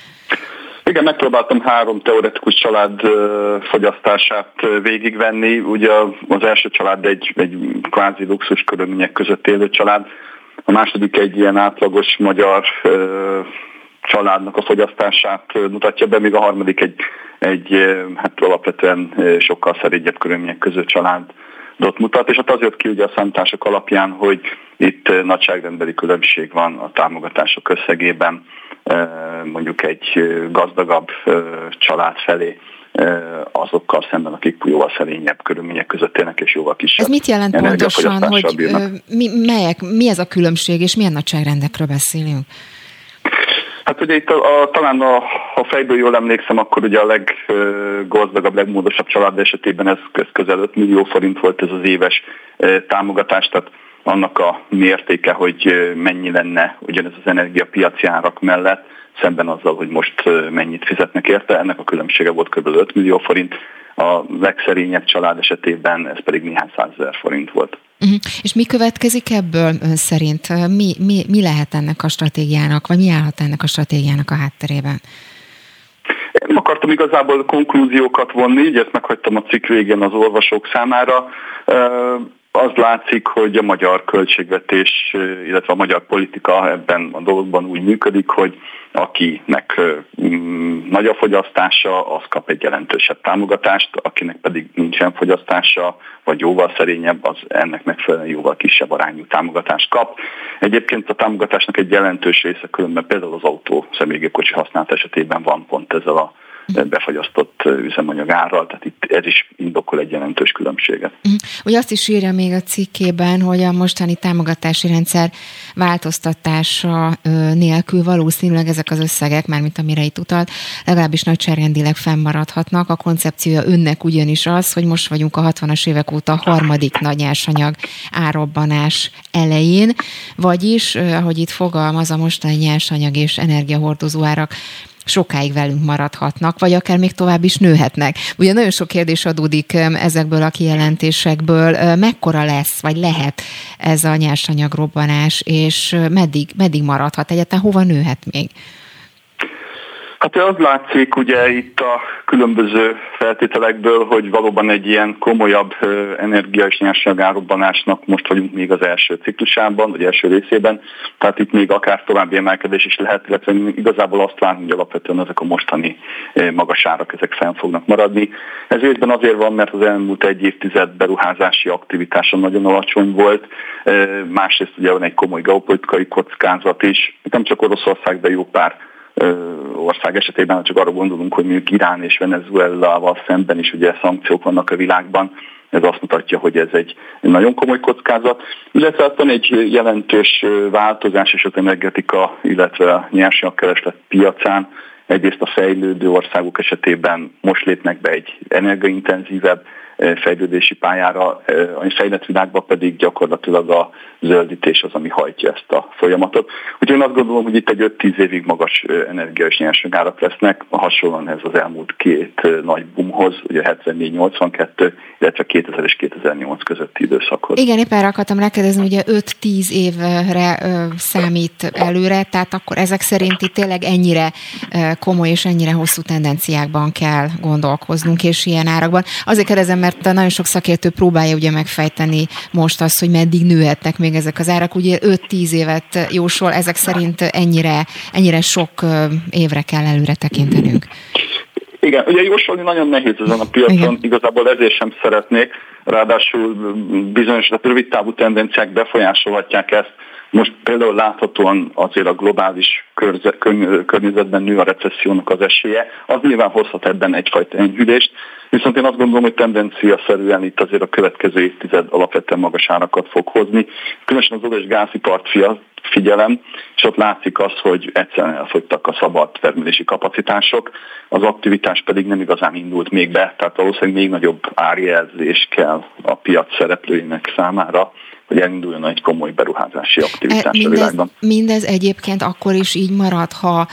Igen, megpróbáltam 3 teoretikus család fogyasztását végigvenni. Ugye az első család egy kvázi luxus körülmények között élő család, a második egy ilyen átlagos magyar családnak a fogyasztását mutatja be, míg a harmadik egy alapvetően sokkal szerényebb körülmények között családot mutat, és hát az jött ki ugye a számítások alapján, hogy itt nagyságrendbeli különbség van a támogatások összegében, mondjuk egy gazdagabb család felé azokkal szemben, akik jóval szerényebb körülmények között élnek, és jóval kisebb. Ez mit jelent pontosan, hogy mi ez a különbség, és milyen nagyságrendekről beszélünk? Hát ugye itt talán ha fejből jól emlékszem, akkor ugye a leggazdagabb, legmódosabb család esetében ez közel 5 millió forint volt ez az éves támogatás, tehát annak a mértéke, hogy mennyi lenne ugyanez az energiapiaci árak mellett, szemben azzal, hogy most mennyit fizetnek érte, ennek a különbsége volt kb. 5 millió forint, a legszerényebb család esetében ez pedig néhány 100 000 forint volt. És mi következik ebből ön szerint? Mi lehet ennek a stratégiának, vagy mi állhat ennek a stratégiának a hátterében? Én nem akartam igazából konklúziókat vonni, így ezt meghagytam a cikk végén az olvasók számára. Az látszik, hogy a magyar költségvetés, illetve a magyar politika ebben a dologban úgy működik, hogy akinek nagy a fogyasztása, az kap egy jelentősebb támogatást, akinek pedig nincsen fogyasztása, vagy jóval szerényebb, az ennek megfelelően jóval kisebb arányú támogatást kap. Egyébként a támogatásnak egy jelentős része különben például az autó személygépkocsi használat esetében van pont ezzel a befagyasztott üzemanyag árral, tehát itt ez is indokol egy jelentős különbséget. Ugye azt is írja még a cikkében, hogy a mostani támogatási rendszer változtatása nélkül valószínűleg ezek az összegek, mármint amire itt utalt, legalábbis nagyságrendileg fennmaradhatnak. A koncepciója önnek ugyanis az, hogy most vagyunk a 60-as évek óta a harmadik nagy nyersanyag árrobbanás elején, vagyis, ahogy itt fogalmaz, a mostani nyersanyag és energiahordozó árak sokáig velünk maradhatnak, vagy akár még tovább is nőhetnek. Ugye nagyon sok kérdés adódik ezekből a kijelentésekből, mekkora lesz, vagy lehet ez a nyersanyagrobbanás, és meddig maradhat, egyáltalán hova nőhet még? Hát az látszik ugye itt a különböző feltételekből, hogy valóban egy ilyen komolyabb energia- és nyersanyagárrobbanásnak most vagyunk még az első ciklusában, vagy első részében, tehát itt még akár további emelkedés is lehet, illetve igazából azt látni, hogy alapvetően ezek a mostani magas árak, ezek fenn fognak maradni. Ez részben azért van, mert az elmúlt egy évtized beruházási aktivitása nagyon alacsony volt, másrészt ugye van egy komoly geopolitikai kockázat is, nem csak Oroszország, de jó pár ország esetében, csak arra gondolunk, hogy mondjuk Irán és Venezuelával szemben is ugye szankciók vannak a világban, ez azt mutatja, hogy ez egy nagyon komoly kockázat. Illetve van egy jelentős változás is az energetika, illetve a nyersanyagkereslet piacán. Egyrészt a fejlődő országok esetében most lépnek be egy energiaintenzívebb fejlődési pályára, a fejlett világban pedig gyakorlatilag a zöldítés az, ami hajtja ezt a folyamatot. Úgyhogy én azt gondolom, hogy itt egy 5-10 évig magas energia- és nyersanyagárak lesznek, hasonlóan ez az elmúlt két nagy boomhoz, ugye 74-82, illetve 2000 és 2008 közötti időszakhoz. Igen, éppen akartam rákérdezni, ugye 5-10 évre számít előre, tehát akkor ezek szerint itt tényleg ennyire komoly és ennyire hosszú tendenciákban kell gondolkoznunk, és ilyen árakban. Azért kérdezem, mert nagyon sok szakértő próbálja ugye megfejteni most azt, hogy meddig nőhetnek még ezek az árak. Ugye 5-10 évet jósol, ezek szerint ennyire sok évre kell előre tekintenünk. Igen, ugye jósolni nagyon nehéz ezen a piacon, igen. Igazából ezért sem szeretnék, ráadásul bizonyos rövid távú tendenciák befolyásolhatják ezt. Most például láthatóan azért a globális környezetben nő a recessziónak az esélye, az nyilván hozhat ebben egyfajta enyhülést, viszont én azt gondolom, hogy tendenciaszerűen itt azért a következő évtized alapvetően magas árakat fog hozni. Különösen az olaj- és gázipart figyelem, és ott látszik az, hogy egyszerűen elfogytak a szabad termelési kapacitások, az aktivitás pedig nem igazán indult még be, tehát valószínűleg még nagyobb árjelzés kell a piac szereplőinek számára, hogy elinduljon egy komoly beruházási aktivitás a világban. Mindez egyébként akkor is így marad, ha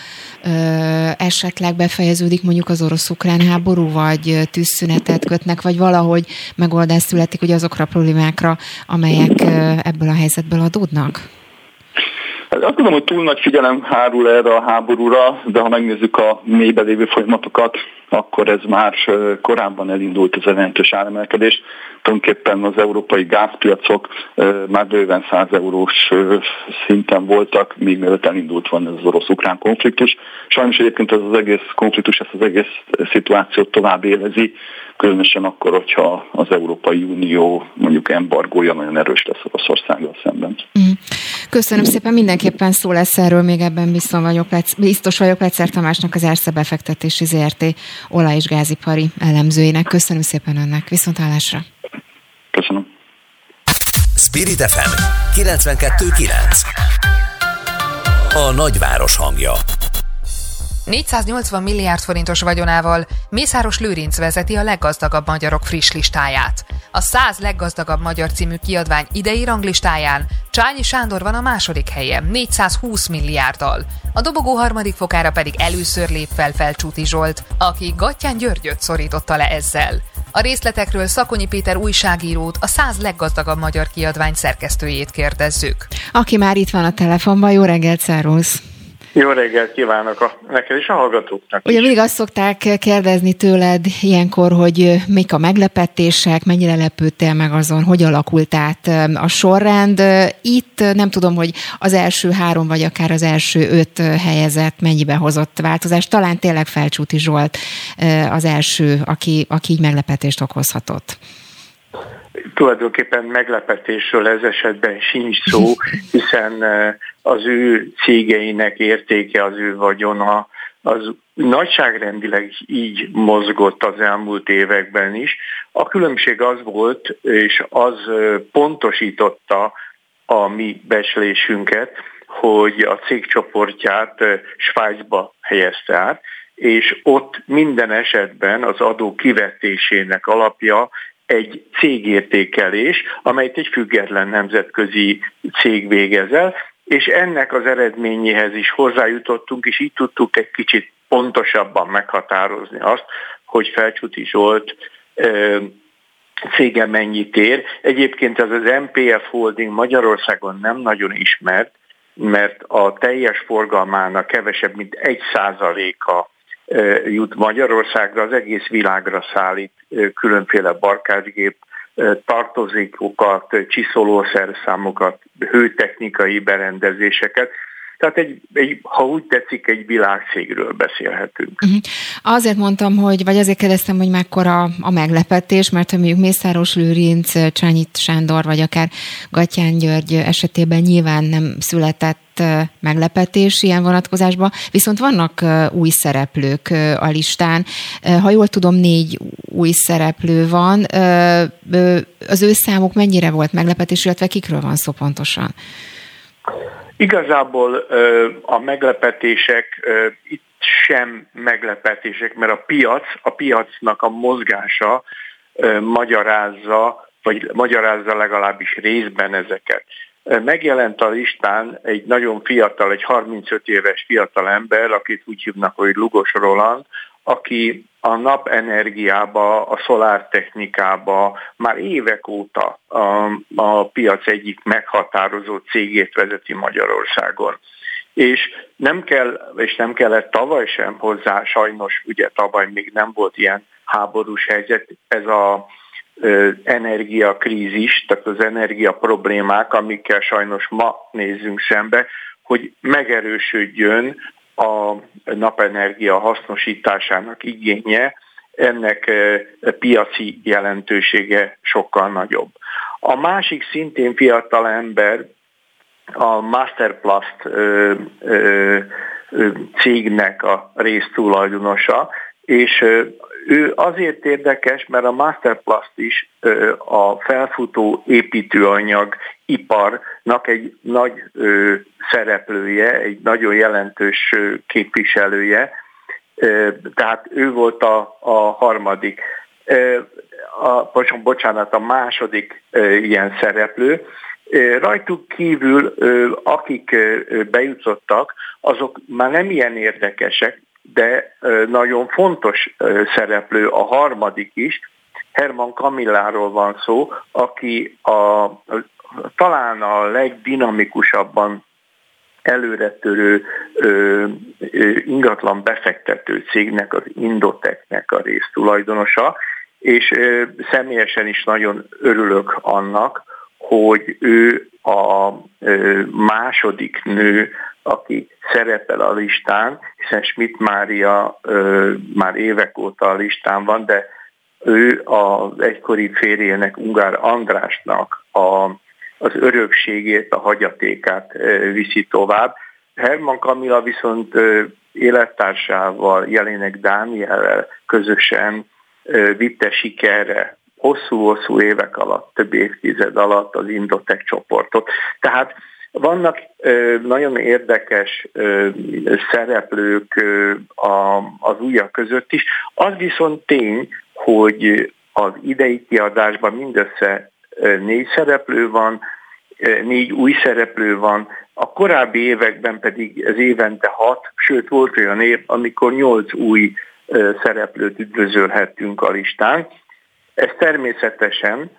esetleg befejeződik mondjuk az orosz-ukrán háború, vagy tűzszünetet kötnek, vagy valahogy megoldás születik ugye azokra a problémákra, amelyek ebből a helyzetből adódnak? Azt gondolom, hogy túl nagy figyelem hárul erre a háborúra, de ha megnézzük a mélyben lévő folyamatokat, akkor ez már korábban elindult az jelentős áremelkedés. Tulajdonképpen az európai gázpiacok már bőven 100 eurós szinten voltak, míg mielőtt elindult van ez az orosz-ukrán konfliktus. Sajnos egyébként ez az egész konfliktus, ezt az egész szituációt tovább élezi, különösen akkor, hogyha az Európai Unió mondjuk embargója nagyon erős lesz Oroszországgal szemben. Köszönöm szépen, mindenképpen szó lesz erről, még ebben biztos vagyok Pletzer Tamásnak, az Erste befektetési Zrt. olaj- és gázipari elemzőjének. Köszönöm szépen önnek, viszonthallásra. Köszönöm. Spirit FM 92.9. A nagyváros hangja. 480 milliárd forintos vagyonával Mészáros Lőrinc vezeti a leggazdagabb magyarok friss listáját. A 100 leggazdagabb magyar című kiadvány idei ranglistáján Csányi Sándor van a második helyen, 420 milliárddal. A dobogó harmadik fokára pedig először lép fel Felcsúti Zsolt, aki Gattyán Györgyöt szorította le ezzel. A részletekről Szakonyi Péter újságírót, a 100 leggazdagabb magyar kiadvány szerkesztőjét kérdezzük. Aki már itt van a telefonban, jó reggelt, szervusz! Jó reggelt kívánok neked és a hallgatóknak. Ugye mindig azt szokták kérdezni tőled ilyenkor, hogy mik a meglepetések, mennyire lepődtél meg azon, hogy alakult át a sorrend. Itt nem tudom, hogy az első 3 vagy akár az első 5 helyezett mennyibe hozott változást. Talán tényleg Felcsúti Zsolt az első, aki így meglepetést okozhatott. Tulajdonképpen meglepetésről ez esetben sincs szó, hiszen az ő cégeinek értéke, az ő vagyona, az nagyságrendileg így mozgott az elmúlt években is. A különbség az volt, és az pontosította a mi becslésünket, hogy a cégcsoportját Svájcba helyezte át, és ott minden esetben az adó kivetésének alapja egy cégértékelés, amelyet egy független nemzetközi cég végez el, és ennek az eredményéhez is hozzájutottunk, és így tudtuk egy kicsit pontosabban meghatározni azt, hogy Felcsúti Zsolt cége mennyit ér. Egyébként az MPF Holding Magyarországon nem nagyon ismert, mert a teljes forgalmának kevesebb, mint 1%-a jut Magyarországra, az egész világra szállít különféle barkácsgép tartozékokat, csiszolószerszámokat, hőtechnikai berendezéseket. Tehát ha úgy tetszik, egy világcégről beszélhetünk. Azért mondtam, vagy azért kérdeztem, hogy mekkora a meglepetés, mert ha mondjuk Mészáros Lőrinc, Csányit Sándor, vagy akár Gattyán György esetében nyilván nem született meglepetés ilyen vonatkozásban, viszont vannak új szereplők a listán. Ha jól tudom, 4 új szereplő van. Az ő számuk mennyire volt meglepetés, illetve kikről van szó pontosan? Igazából a meglepetések itt sem meglepetések, mert a piacnak a mozgása magyarázza legalábbis részben ezeket. Megjelent a listán egy nagyon fiatal, egy 35 éves fiatal ember, akit úgy hívnak, hogy Lugos Roland, aki a napenergiába, a szolártechnikába már évek óta a piac egyik meghatározó cégét vezeti Magyarországon. És nem kellett tavaly sem hozzá, sajnos ugye tavaly még nem volt ilyen háborús helyzet, ez az energiakrízis, tehát az energia problémák, amikkel sajnos ma nézzünk szembe, hogy megerősödjön a napenergia hasznosításának igénye, ennek piaci jelentősége sokkal nagyobb. A másik szintén fiatal ember, a Masterplast cégnek a résztulajdonosa, és ő azért érdekes, mert a Masterplast is a felfutó építőanyag iparnak egy nagy szereplője, egy nagyon jelentős képviselője, tehát ő volt a harmadik, a második ilyen szereplő. Rajtuk kívül, akik bejutottak, azok már nem ilyen érdekesek, de nagyon fontos szereplő a harmadik is. Herman Kamilláról van szó, aki talán a legdinamikusabban előretörő ingatlan befektető cégnek, az Indotechnek a résztulajdonosa, és személyesen is nagyon örülök annak, hogy ő a második nő, aki szerepel a listán, hiszen Schmidt Mária már évek óta a listán van, de ő az egykori férjének, Ungár Andrásnak az örökségét, a hagyatékát viszi tovább. Herman Kamilla viszont élettársával, Jelinek Dániellel közösen vitte sikerre hosszú-hosszú évek alatt, több évtized alatt az Indotech csoportot. Tehát vannak nagyon érdekes szereplők az újak között is. Az viszont tény, hogy az idei kiadásban mindössze 4 szereplő van, 4 új szereplő van, a korábbi években pedig ez évente 6, sőt volt olyan év, amikor 8 új szereplőt üdvözölhettünk a listán. Ez természetesen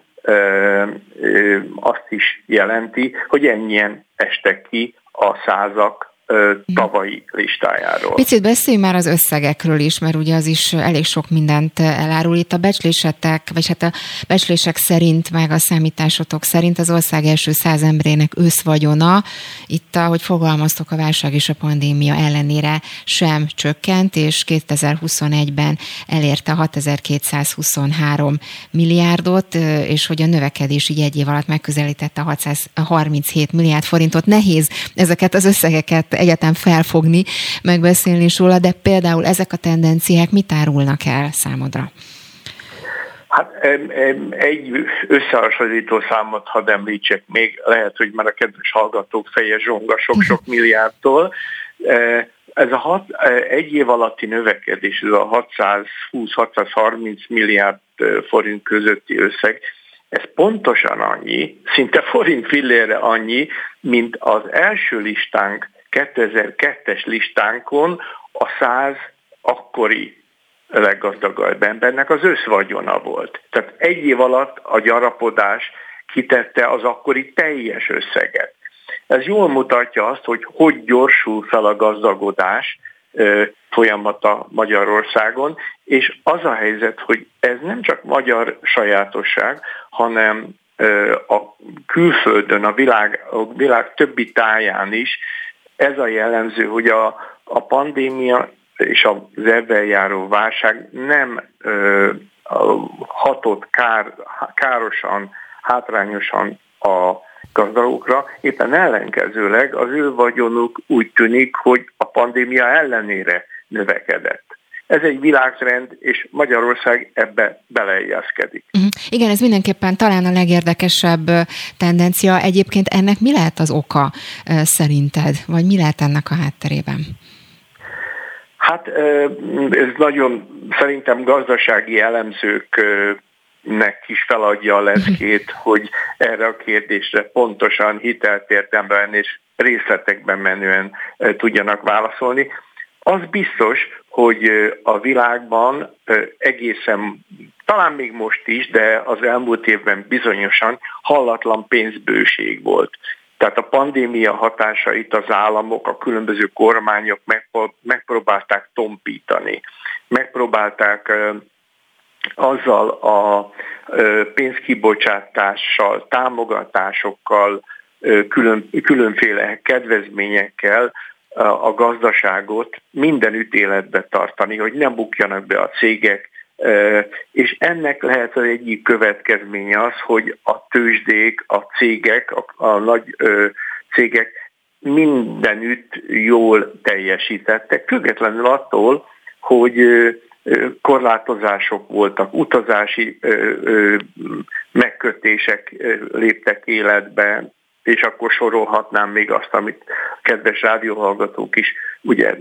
azt is jelenti, hogy ennyien estek ki a százak tavalyi listájáról. Picit beszéljünk már az összegekről is, mert ugye az is elég sok mindent elárul. Itt a becslésetek, vagy hát a becslések szerint, meg a számításotok szerint az ország első 100 emberének összvagyona, itt, ahogy fogalmaztok, a válság és a pandémia ellenére sem csökkent, és 2021-ben elérte 6223 milliárdot, és hogy a növekedés így egy év alatt megközelítette 637 milliárd forintot. Nehéz ezeket az összegeket egyetem felfogni, megbeszélni is róla, de például ezek a tendenciák mit árulnak el számodra? Hát egy összehasonlító számot hadd említsek még, lehet, hogy már a kedves hallgatók feje zsonga sok-sok milliárdtól. Ez egy év alatti növekedés, ez a 620-630 milliárd forint közötti összeg, ez pontosan annyi, szinte forint fillére annyi, mint az első listánk, 2002-es listánkon a 100 akkori leggazdagabb embernek az összvagyona volt. Tehát egy év alatt a gyarapodás kitette az akkori teljes összeget. Ez jól mutatja azt, hogy gyorsul fel a gazdagodás folyamata Magyarországon, és az a helyzet, hogy ez nem csak magyar sajátosság, hanem a külföldön, a világ többi táján is ez a jellemző, hogy a pandémia és az ebben járó válság nem hatott károsan, hátrányosan a gazdagokra, éppen ellenkezőleg az ő vagyonuk úgy tűnik, hogy a pandémia ellenére növekedett. Ez egy világtrend, és Magyarország ebbe beleilleszkedik. Igen, ez mindenképpen talán a legérdekesebb tendencia. Egyébként ennek mi lehet az oka szerinted, vagy mi lehet ennek a hátterében? Hát ez nagyon szerintem gazdasági elemzőknek is feladja a leckét, hogy erre a kérdésre pontosan hiteltértelemben és részletekben menően tudjanak válaszolni. Az biztos, hogy a világban egészen, talán még most is, de az elmúlt évben bizonyosan hallatlan pénzbőség volt. Tehát a pandémia hatásait az államok, a különböző kormányok megpróbálták tompítani. Megpróbálták azzal a pénzkibocsátással, támogatásokkal, különféle kedvezményekkel a gazdaságot mindenütt életbe tartani, hogy ne bukjanak be a cégek, és ennek lehet az egyik következménye az, hogy a tőzsdék, a cégek, a nagy cégek mindenütt jól teljesítettek, függetlenül attól, hogy korlátozások voltak, utazási megkötések léptek életbe, és akkor sorolhatnám még azt, amit kedves rádióhallgatók is ugye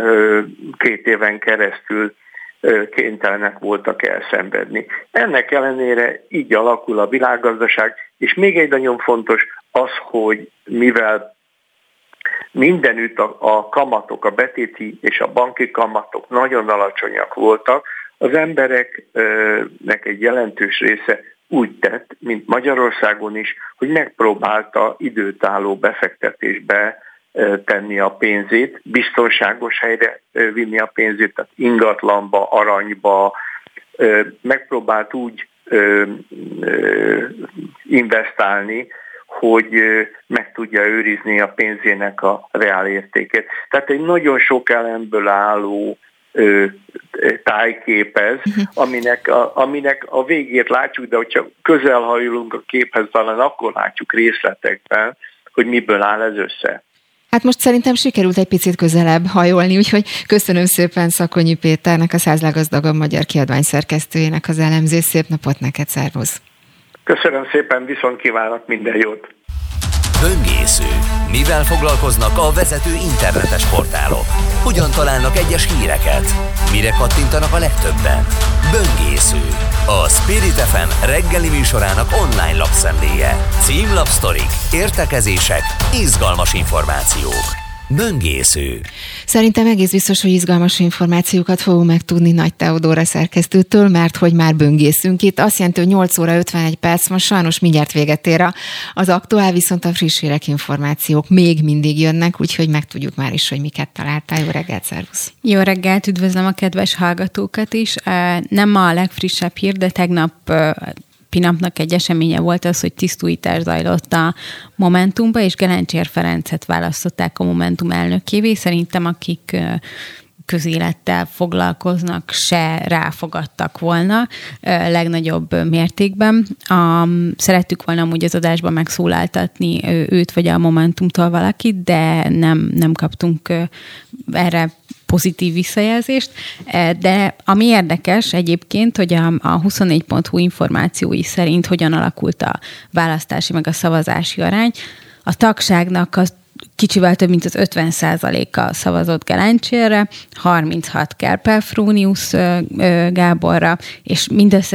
2 éven keresztül kénytelenek voltak elszenvedni. Ennek ellenére így alakul a világgazdaság, és még egy nagyon fontos az, hogy mivel mindenütt a kamatok, a betéti és a banki kamatok nagyon alacsonyak voltak, az embereknek egy jelentős része úgy tett, mint Magyarországon is, hogy megpróbálta időtálló befektetésbe tenni a pénzét, biztonságos helyre vinni a pénzét, tehát ingatlanba, aranyba, megpróbált úgy investálni, hogy meg tudja őrizni a pénzének a reálértékét. Tehát egy nagyon sok elemből álló tájképez, aminek a végét látjuk, de hogyha közelhajolunk a képhez, talán akkor látjuk részletekben, hogy miből áll ez össze. Hát most szerintem sikerült egy picit közelebb hajolni, úgyhogy köszönöm szépen Szakonyi Péternek, a 100 leggazdagabb magyar kiadvány szerkesztőjének az elemzést. Szép napot neked, szervusz! Köszönöm szépen, viszont kívánok minden jót! Böngésző. Mivel foglalkoznak a vezető internetes portálok? Hogyan találnak egyes híreket? Mire kattintanak a legtöbben? Böngésző. A Spirit FM reggeli műsorának online lapszemléje. Címlapsztorik, értekezések, izgalmas információk. Böngésző. Szerintem egész biztos, hogy izgalmas információkat fogunk megtudni Nagy Teodóra szerkesztőtől, mert hogy már böngészünk itt. Azt jelenti, hogy 8 óra 51 perc, most sajnos mindjárt véget ér az aktuál, viszont a friss hírek, információk még mindig jönnek, úgyhogy megtudjuk már is, hogy miket találtál. Jó reggelt, szervusz! Jó reggelt, üdvözlöm a kedves hallgatókat is. Nem ma a legfrissebb hír, de tegnap napnak egy eseménye volt az, hogy tisztújítás zajlott a Momentumba, és Gelencsér Ferencet választották a Momentum elnökévé. Szerintem akik közélettel foglalkoznak, se ráfogadtak volna legnagyobb mértékben. Szerettük volna amúgy az adásban megszólaltatni őt vagy a Momentumtól valakit, de nem kaptunk erre pozitív visszajelzést, de ami érdekes egyébként, hogy a 24.hu információi szerint hogyan alakult a választási meg a szavazási arány. A tagságnak az kicsivel több, mint az 50%-a szavazott Gelencsérre, 36 Kerpel-Frónius Gáborra, és mindössze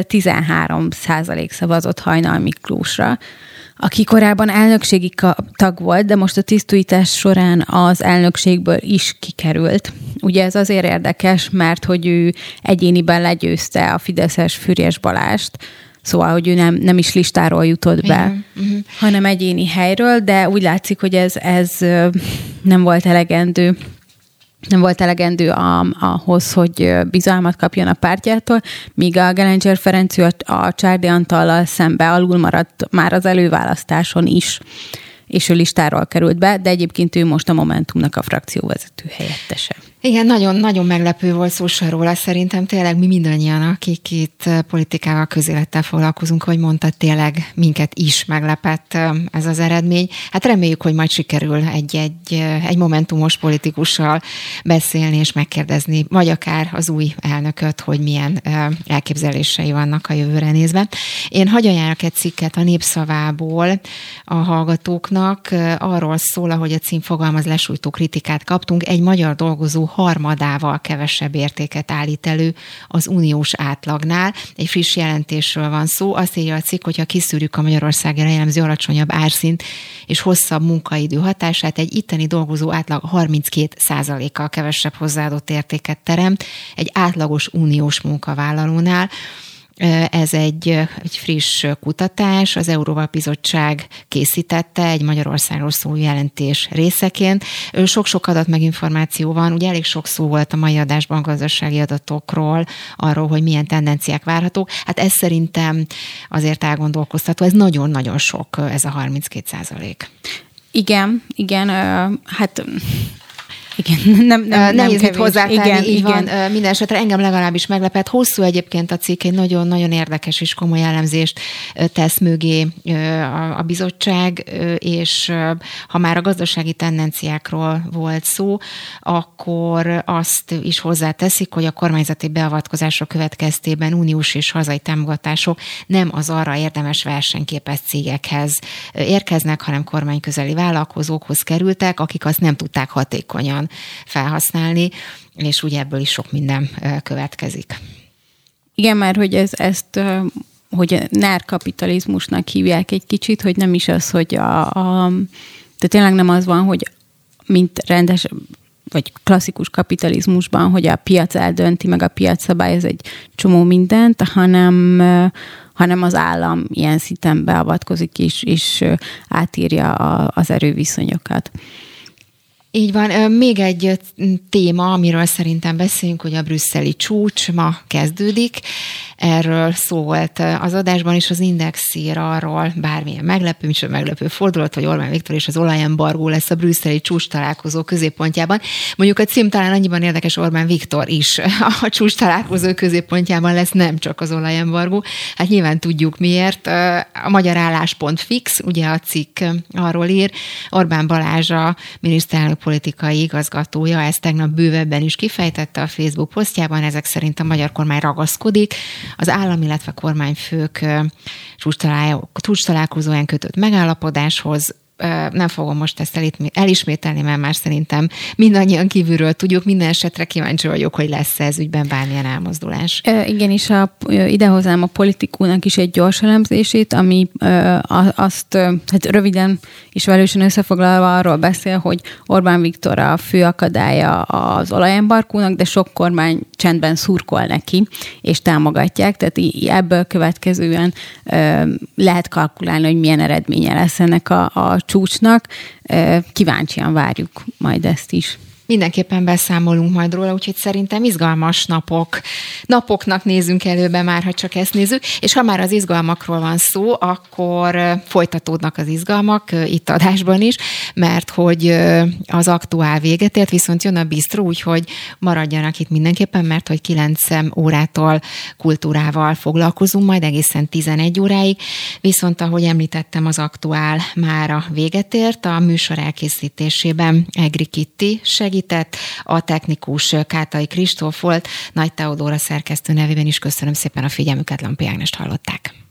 13% szavazott Hajnal Miklósra, aki korábban elnökségi tag volt, de most a tisztújítás során az elnökségből is kikerült. Ugye ez azért érdekes, mert hogy ő egyéniben legyőzte a fideszes Füriyes Balást, szóval, hogy ő nem is listáról jutott be, hanem egyéni helyről, de úgy látszik, hogy ez nem volt elegendő. Nem volt elegendő ahhoz, hogy bizalmat kapjon a pártjától, míg a Gelencsér Ferenc a Csárdi Antallal szembe alul maradt már az előválasztáson is, és ő listáról került be, de egyébként ő most a Momentumnak a frakcióvezető helyettese. Igen, nagyon-nagyon meglepő volt szó se róla. Szerintem tényleg mi mindannyian, akik itt politikával, közélettel foglalkozunk, hogy mondtad, tényleg minket is meglepett ez az eredmény. Hát reméljük, hogy majd sikerül egy momentumos politikussal beszélni és megkérdezni, vagy akár az új elnököt, hogy milyen elképzelései vannak a jövőre nézve. Én hadd ajánlok egy cikket a Népszavából a hallgatóknak. Arról szól, ahogy a cím fogalmaz, lesújtó kritikát kaptunk. Egy magyar dolgozó harmadával kevesebb értéket állít elő az uniós átlagnál. Egy friss jelentésről van szó. Azt írja a cikk, hogyha kiszűrjük a Magyarországra jellemző alacsonyabb árszint és hosszabb munkaidő hatását, egy itteni dolgozó átlag 32%-kal kevesebb hozzáadott értéket teremt egy átlagos uniós munkavállalónál. Ez egy friss kutatás, az Európai Bizottság készítette egy Magyarországról szóló jelentés részeként. Sok-sok adat meg információ van, ugye elég sok szó volt a mai adásban gazdasági adatokról, arról, hogy milyen tendenciák várhatók. Hát ez szerintem azért elgondolkoztató, ez nagyon-nagyon sok, ez a 32%. Igen, hát... Igen, nem nehéz mit hozzátenni, igen, így igen. van. Minden esetre engem legalábbis meglepett. Hosszú egyébként a cikk, egy nagyon-nagyon érdekes és komoly elemzést tesz mögé a bizottság, és ha már a gazdasági tendenciákról volt szó, akkor azt is hozzáteszik, hogy a kormányzati beavatkozások következtében uniós és hazai támogatások nem az arra érdemes versenyképes cégekhez érkeznek, hanem kormányközeli vállalkozókhoz kerültek, akik azt nem tudták hatékonyan felhasználni, és ugye ebből is sok minden következik. Igen, mert hogy ezt hogy nárkapitalizmusnak hívják egy kicsit, hogy nem is az, hogy de tényleg nem az van, hogy mint rendes vagy klasszikus kapitalizmusban, hogy a piac eldönti, meg a piac szabályoz egy csomó mindent, hanem az állam ilyen szinten beavatkozik és átírja az erőviszonyokat. Így van. Még egy téma, amiről szerintem beszéljünk, hogy a brüsszeli csúcs ma kezdődik. Erről szó volt az adásban is, az Index ír arról, bármilyen meglepő fordulat, hogy Orbán Viktor és az olajembargó lesz a brüsszeli csúcs találkozó középpontjában. Mondjuk a cím talán annyiban érdekes, Orbán Viktor is a csúcs találkozó középpontjában lesz, nem csak az olajembargó. Hát nyilván tudjuk miért. A magyar álláspont fix, ugye a cikk arról ír. Orbán Balázs, a miniszterelnök politikai igazgatója, ezt tegnap bővebben is kifejtette a Facebook posztjában, ezek szerint a magyar kormány ragaszkodik az állam, illetve kormányfők csúcs találkozóján kötött megállapodáshoz. Nem fogom most ezt elismételni, mert már szerintem mindannyian kívülről tudjuk, minden esetre kíváncsi vagyok, hogy lesz ez ügyben bármilyen elmozdulás. Igen, és idehoznám a Politikónak is egy gyors elemzését, ami azt hát röviden és velősen összefoglalva arról beszél, hogy Orbán Viktor a fő akadálya az olajembargónak, de sok kormány csendben szurkol neki, és támogatják, tehát ebből következően lehet kalkulálni, hogy milyen eredménye lesz ennek a csúcsnak. Kíváncsian várjuk majd ezt is. Mindenképpen beszámolunk majd róla, úgyhogy szerintem izgalmas napoknak nézünk előbe már, ha csak ezt nézzük, és ha már az izgalmakról van szó, akkor folytatódnak az izgalmak itt adásban is, mert hogy az aktuál véget ért, viszont jön a bisztró, úgyhogy maradjanak itt mindenképpen, mert hogy 9 órától kultúrával foglalkozunk, majd egészen 11 óráig, viszont ahogy említettem, az aktuál mára véget ért, a műsor elkészítésében Egri Kitti segített, a technikus Kátai Kristóf volt, Nagy Teodóra szerkesztő nevében is köszönöm szépen a figyelmüket, Lampi Ágnest hallották.